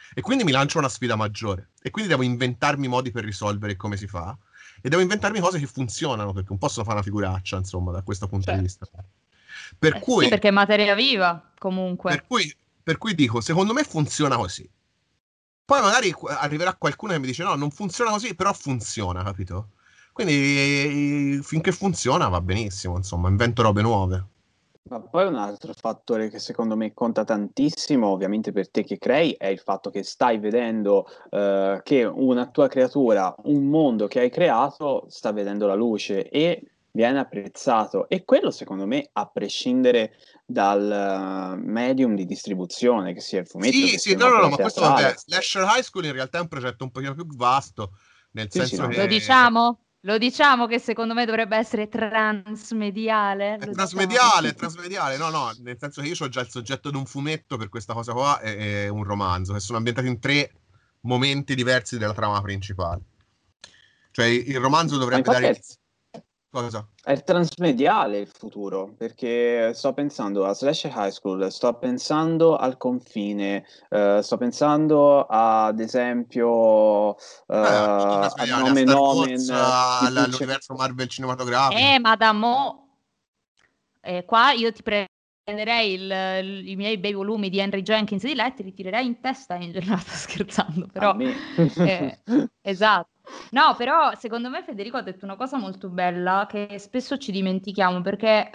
E quindi mi lancio una sfida maggiore. E quindi devo inventarmi modi per risolvere come si fa. E devo inventarmi cose che funzionano, perché non posso fare una figuraccia, insomma, da questo punto di vista. Per cui, sì, perché è materia viva, comunque. per cui dico, secondo me funziona così. Poi magari arriverà qualcuno che mi dice no, non funziona così, però funziona, capito? Quindi finché funziona va benissimo, insomma, invento robe nuove. Ma poi un altro fattore che secondo me conta tantissimo, ovviamente per te che crei, è il fatto che stai vedendo che una tua creatura, un mondo che hai creato, sta vedendo la luce e viene apprezzato. E quello secondo me, a prescindere dal medium di distribuzione, che sia il fumetto, Sì, che sì, sia no, no, no, un'opera ma questo vabbè, teatrale. Slasher High School in realtà è un progetto un pochino più vasto, nel Sì, sì, senso no, Lo che diciamo? Lo diciamo che secondo me dovrebbe essere transmediale? Lo diciamo? è trasmediale, no, no, nel senso che io ho già il soggetto di un fumetto per questa cosa qua e un romanzo, che sono ambientati in 3 momenti diversi della trama principale. Cioè il romanzo Ma dovrebbe infatti dare inizio. Cosa? è il transmediale il futuro, perché sto pensando a Slash High School, sto pensando al confine, sto pensando ad esempio Tutto a trasmediale, a Nomen Star Wars, Omen di Butcher. all'universo Marvel cinematografico. Ma da mo'... qua io ti prenderei i miei bei volumi di Henry Jenkins di Letti, li tirerei in testa, Angel, no, sto scherzando, A però... me. esatto. No, però secondo me Federico ha detto una cosa molto bella che spesso ci dimentichiamo, perché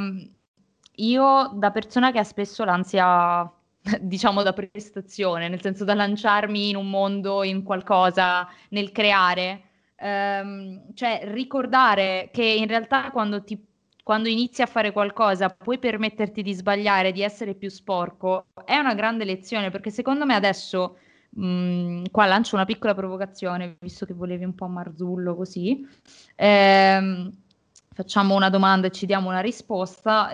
io da persona che ha spesso l'ansia, diciamo, da prestazione, nel senso da lanciarmi in un mondo, in qualcosa, nel creare, cioè ricordare che in realtà quando inizi a fare qualcosa puoi permetterti di sbagliare, di essere più sporco, è una grande lezione, perché secondo me adesso, qua lancio una piccola provocazione, visto che volevi un po' Marzullo così, ehm, facciamo una domanda e ci diamo una risposta.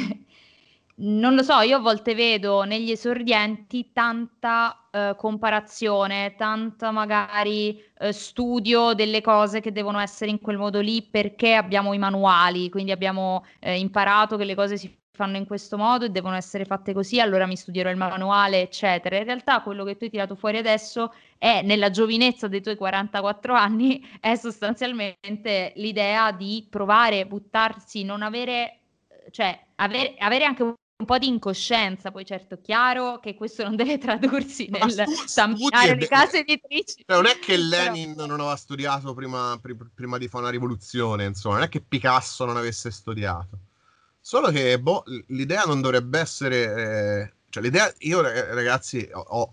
Non lo so, io a volte vedo negli esordienti tanta comparazione, tanta magari studio delle cose che devono essere in quel modo lì perché abbiamo i manuali, quindi abbiamo imparato che le cose si fanno in questo modo e devono essere fatte così, allora mi studierò il manuale, eccetera. In realtà quello che tu hai tirato fuori adesso è, nella giovinezza dei tuoi 44 anni, è sostanzialmente l'idea di provare, buttarsi, non avere, cioè avere anche un po' di incoscienza, poi certo è chiaro che questo non deve tradursi Ma nel studi tampinare le case editrici, cioè, non è che però... Lenin non aveva studiato prima di fare una rivoluzione, insomma, non è che Picasso non avesse studiato. Solo che, boh, l'idea non dovrebbe essere... cioè, l'idea... Io, ragazzi,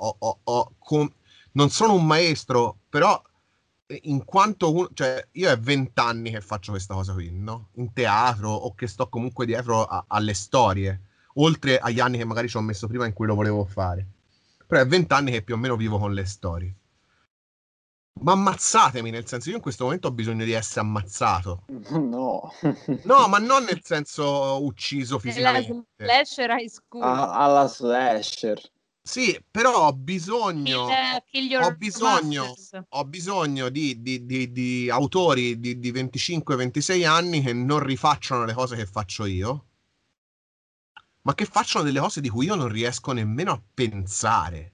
non sono un maestro, però in quanto... cioè, io è 20 anni che faccio questa cosa qui, no? In teatro, o che sto comunque dietro alle storie, oltre agli anni che magari ci ho messo prima in cui lo volevo fare. Però è 20 anni che più o meno vivo con le storie. Ma ammazzatemi, nel senso, io in questo momento ho bisogno di essere ammazzato. No. No, ma non nel senso ucciso Nella fisicamente. slasher high school, Alla slasher. Sì, però kill, kill ho your bisogno, masters. ho bisogno di autori di 25-26 anni che non rifacciano le cose che faccio io, ma che facciano delle cose di cui io non riesco nemmeno a pensare.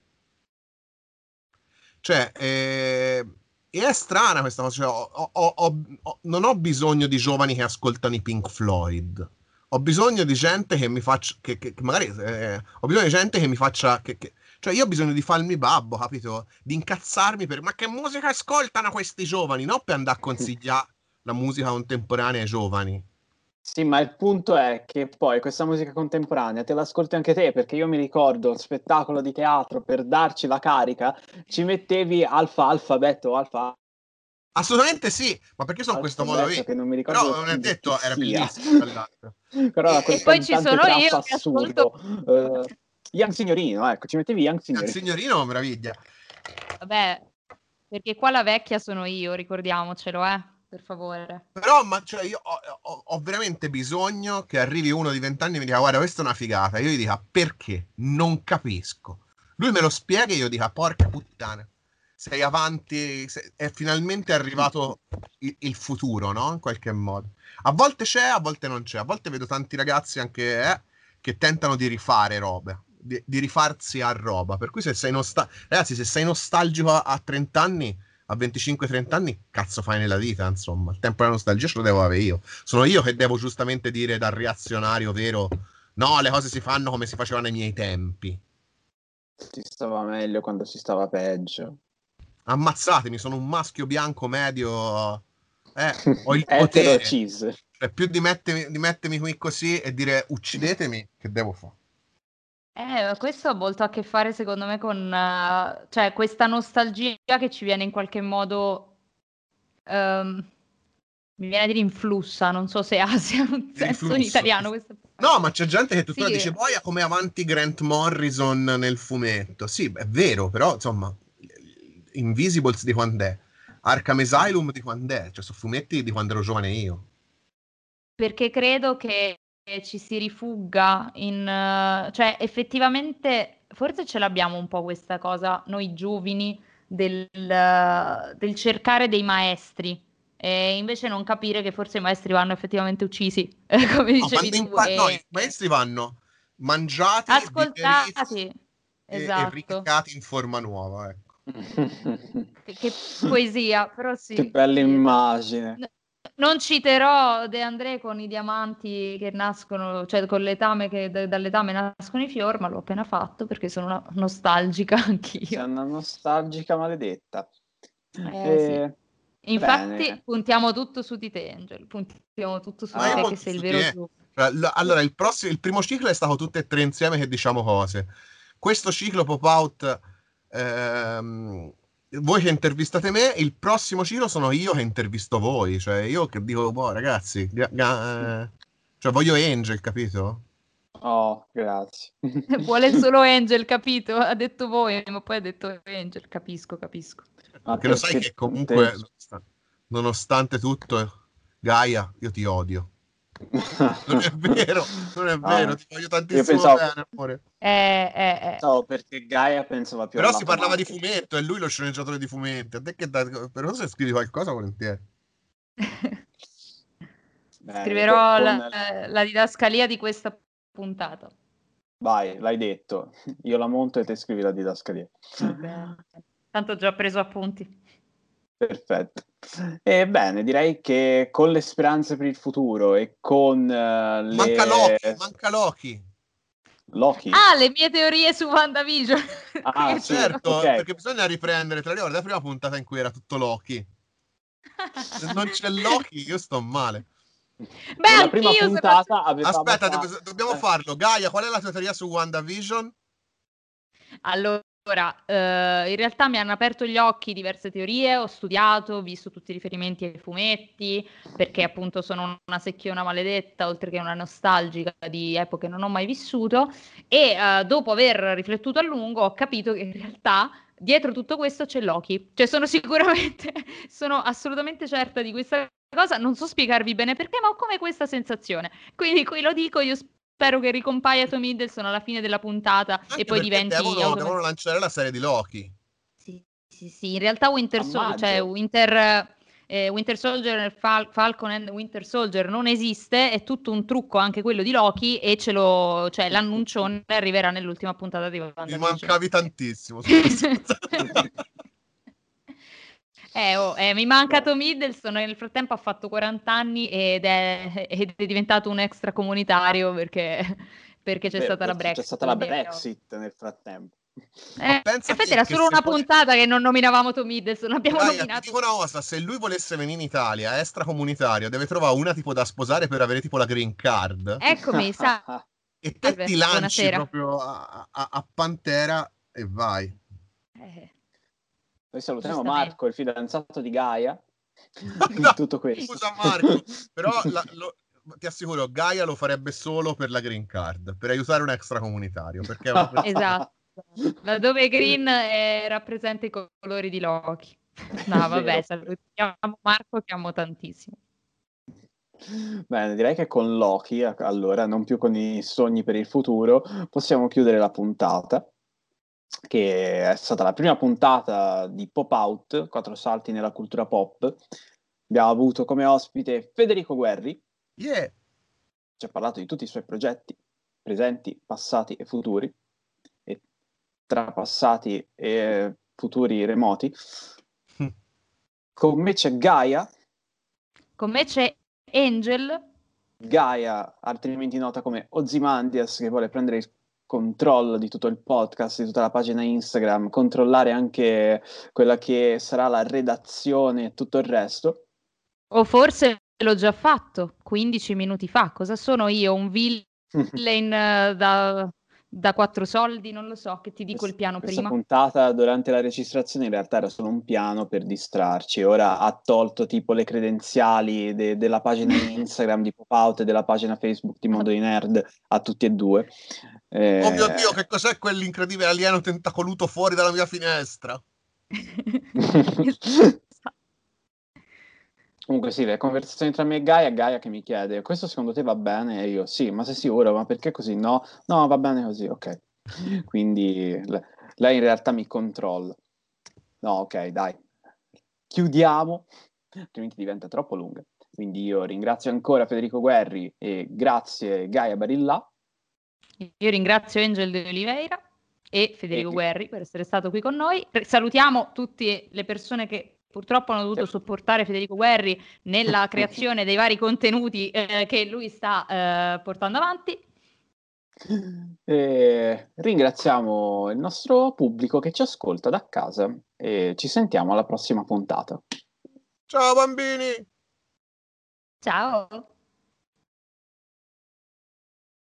Cioè, e è strana questa cosa. Cioè, non ho bisogno di giovani che ascoltano i Pink Floyd. Ho bisogno di gente che mi faccia. Che magari. Ho bisogno di gente che mi faccia. Cioè, io ho bisogno di farmi babbo, capito? Di incazzarmi per. Ma che musica ascoltano questi giovani? Non per andare a consigliare la musica contemporanea ai giovani. Sì, ma il punto è che poi questa musica contemporanea te l'ascolti anche te, perché io mi ricordo il spettacolo di teatro per darci la carica, ci mettevi alfa Assolutamente sì, ma perché sono in questo modo alfabeto qui? che non mi ricordo Però non è di chi detto, era sia. bellissimo, tra l'altro. Però quel E poi ci cantante sono trap io che ascolto... assurdo. Young Signorino, ecco, ci mettevi Young Il Signorino. signorino, meraviglia. Vabbè, perché qua la vecchia sono io, ricordiamocelo, per favore. Però, ma, cioè, io ho veramente bisogno che arrivi uno di 20 anni e mi dica, guarda, questa è una figata. Io gli dica, perché? Non capisco. Lui me lo spiega e io dica, porca puttana, sei avanti, è finalmente arrivato il futuro, no? In qualche modo. A volte c'è, a volte non c'è. A volte vedo tanti ragazzi anche che tentano di rifare robe. di rifarsi a roba. Per cui se sei ragazzi, se sei nostalgico a 30 anni, a 25-30 anni, cazzo fai nella vita, insomma. Il tempo della nostalgia ce lo devo avere io. Sono io che devo giustamente dire da reazionario vero, no, le cose si fanno come si facevano ai miei tempi. Si stava meglio quando si stava peggio. Ammazzatemi, sono un maschio bianco medio, ho il Etero potere. cis. Cioè, più di mettermi qui così e dire uccidetemi, che devo fare? Questo ha molto a che fare, secondo me, con cioè, questa nostalgia che ci viene in qualche modo, mi viene a dire influssa, non so se sia un senso in Influsso. italiano. Questa... No, ma c'è gente che tuttora Sì. dice boia come avanti Grant Morrison nel fumetto. Sì, è vero, però insomma, Invisibles di quando è? Arkham Asylum di quando è? Cioè, sono fumetti di quando ero giovane io. Perché credo che ci si rifugga in... cioè, effettivamente, forse ce l'abbiamo un po' questa cosa, noi giovani, del cercare dei maestri, e invece non capire che forse i maestri vanno effettivamente uccisi, come No, dicevi tu, no, i maestri vanno mangiati, digeriti ascoltati. e Esatto. richeccati in forma nuova, ecco. Che poesia, però Che sì, bella sì, esatto. immagine. Non citerò De André con i diamanti che nascono, cioè con letame che dalle letame nascono i fior, ma l'ho appena fatto perché sono una nostalgica Sei anch'io. una nostalgica maledetta. Sì. Infatti Bene. puntiamo tutto su di te, Angel, puntiamo tutto su Ma di io te che conto sei il su vero te. giù. Allora, il primo ciclo è stato tutte e tre insieme che diciamo cose. Questo ciclo pop-out, voi che intervistate me, il prossimo ciclo sono io che intervisto voi. Cioè, io che dico, boh, ragazzi, cioè voglio Angel, capito? Oh, grazie. Vuole solo Angel, capito? Ha detto voi, ma poi ha detto Angel, capisco, capisco. Ma Perché lo sai che comunque, nonostante tutto, Gaia, io ti odio. Non è vero, non è vero, Ah, ti voglio io tantissimo pensavo, bene, amore. perché Gaia pensava più Però al si lato parlava di marketing. fumetto, è lui lo sceneggiatore di fumetti. A te che però se scrivi qualcosa volentieri. Bene, Scriverò la didascalia di questa puntata. vai, l'hai detto. Io la monto e te scrivi la didascalia. Va bene. Tanto ho già preso appunti. Perfetto. E bene, direi che con le speranze per il futuro e con Manca le... Loki, manca Loki. Loki? Ah, le mie teorie su WandaVision. Ah, Qui sì, sono... Certo, ok. perché bisogna riprendere, te la ricordi la prima puntata in cui era tutto Loki. Se non c'è Loki, io sto male. Beh, Nella prima anch'io se non c'è... puntata avevamo Aspetta, fatto... dobbiamo farlo. Gaia, qual è la tua teoria su WandaVision? Allora, in realtà mi hanno aperto gli occhi diverse teorie, ho studiato, ho visto tutti i riferimenti ai fumetti, perché appunto sono una secchiona maledetta, oltre che una nostalgica di epoche che non ho mai vissuto, e dopo aver riflettuto a lungo ho capito che in realtà dietro tutto questo c'è Loki. Cioè sono sicuramente, sono assolutamente certa di questa cosa, non so spiegarvi bene perché, ma ho come questa sensazione. Quindi qui lo dico, io spero che ricompaia Tom Hiddleston alla fine della puntata e Anche poi perché diventi devono lanciare la serie di Loki. Sì, sì, sì. In realtà A maggio. Winter Soldier e Falcon and Winter Soldier non esiste, è tutto un trucco anche quello di Loki e cioè, l'annuncione arriverà nell'ultima puntata di Mi WandaVision. mancavi tantissimo su questa cosa. Mi manca Tom Hiddleston, nel frattempo ha fatto 40 anni ed è diventato un extracomunitario perché c'è Vero, stata la perché c'è Brexit, stata la quindi abbiamo... Brexit nel frattempo. Ma In pensa effetti te era che solo se una vuole... puntata che non nominavamo Tom Hiddleston, abbiamo Gaia, ti dico nominato... una cosa, se lui volesse venire in Italia, extracomunitario, deve trovare una tipo da sposare per avere tipo la green card Eccomi, e te ti salve, lanci buonasera. proprio a Pantera e vai. Eh, Noi salutiamo giustamente. Marco, il fidanzato di Gaia, in tutto questo. Scusa Marco, però ti assicuro, Gaia lo farebbe solo per la green card, per aiutare un extracomunitario, perché è una persona... Esatto. Laddove Green rappresenta i colori di Loki. No, vabbè, Vero. salutiamo Marco che amo tantissimo. Bene, direi che con Loki, allora, non più con i sogni per il futuro, possiamo chiudere la puntata, che è stata la prima puntata di Pop Out, 4 salti nella cultura pop. Abbiamo avuto come ospite Federico Guerri, Yeah, ci ha parlato di tutti i suoi progetti, presenti, passati e futuri. passati e futuri remoti. Con me c'è Gaia. Con me c'è Angel. Gaia, altrimenti nota come Ozymandias, che vuole prendere il controllo di tutto il podcast, di tutta la pagina Instagram, controllare anche quella che sarà la redazione e tutto il resto. O forse l'ho già fatto 15 minuti fa. Cosa sono io? Un villain da 4 soldi? Non lo so, che ti dico il piano Questa prima. puntata durante la registrazione in realtà era solo un piano per distrarci. Ora ha tolto tipo le credenziali della pagina Instagram di Pop-Out e della pagina Facebook di Mondo di Nerd a tutti e due. Oh mio Dio, che cos'è quell'incredibile alieno tentacoluto fuori dalla mia finestra? Comunque sì, le conversazioni tra me e Gaia che mi chiede, questo secondo te va bene? E io, sì, ma sei sicuro? Ma perché così? No, no, va bene così, ok. Quindi lei in realtà mi controlla. No, ok, dai, chiudiamo, altrimenti diventa troppo lunga. Quindi io ringrazio ancora Federico Guerri e grazie Gaia Barilla. Io ringrazio Angel De Oliveira e Federico E- Guerri per essere stato qui con noi. Salutiamo tutte le persone che purtroppo hanno dovuto sopportare Federico Guerri nella creazione dei vari contenuti che lui sta portando avanti. E ringraziamo il nostro pubblico che ci ascolta da casa e ci sentiamo alla prossima puntata. Ciao bambini! Ciao!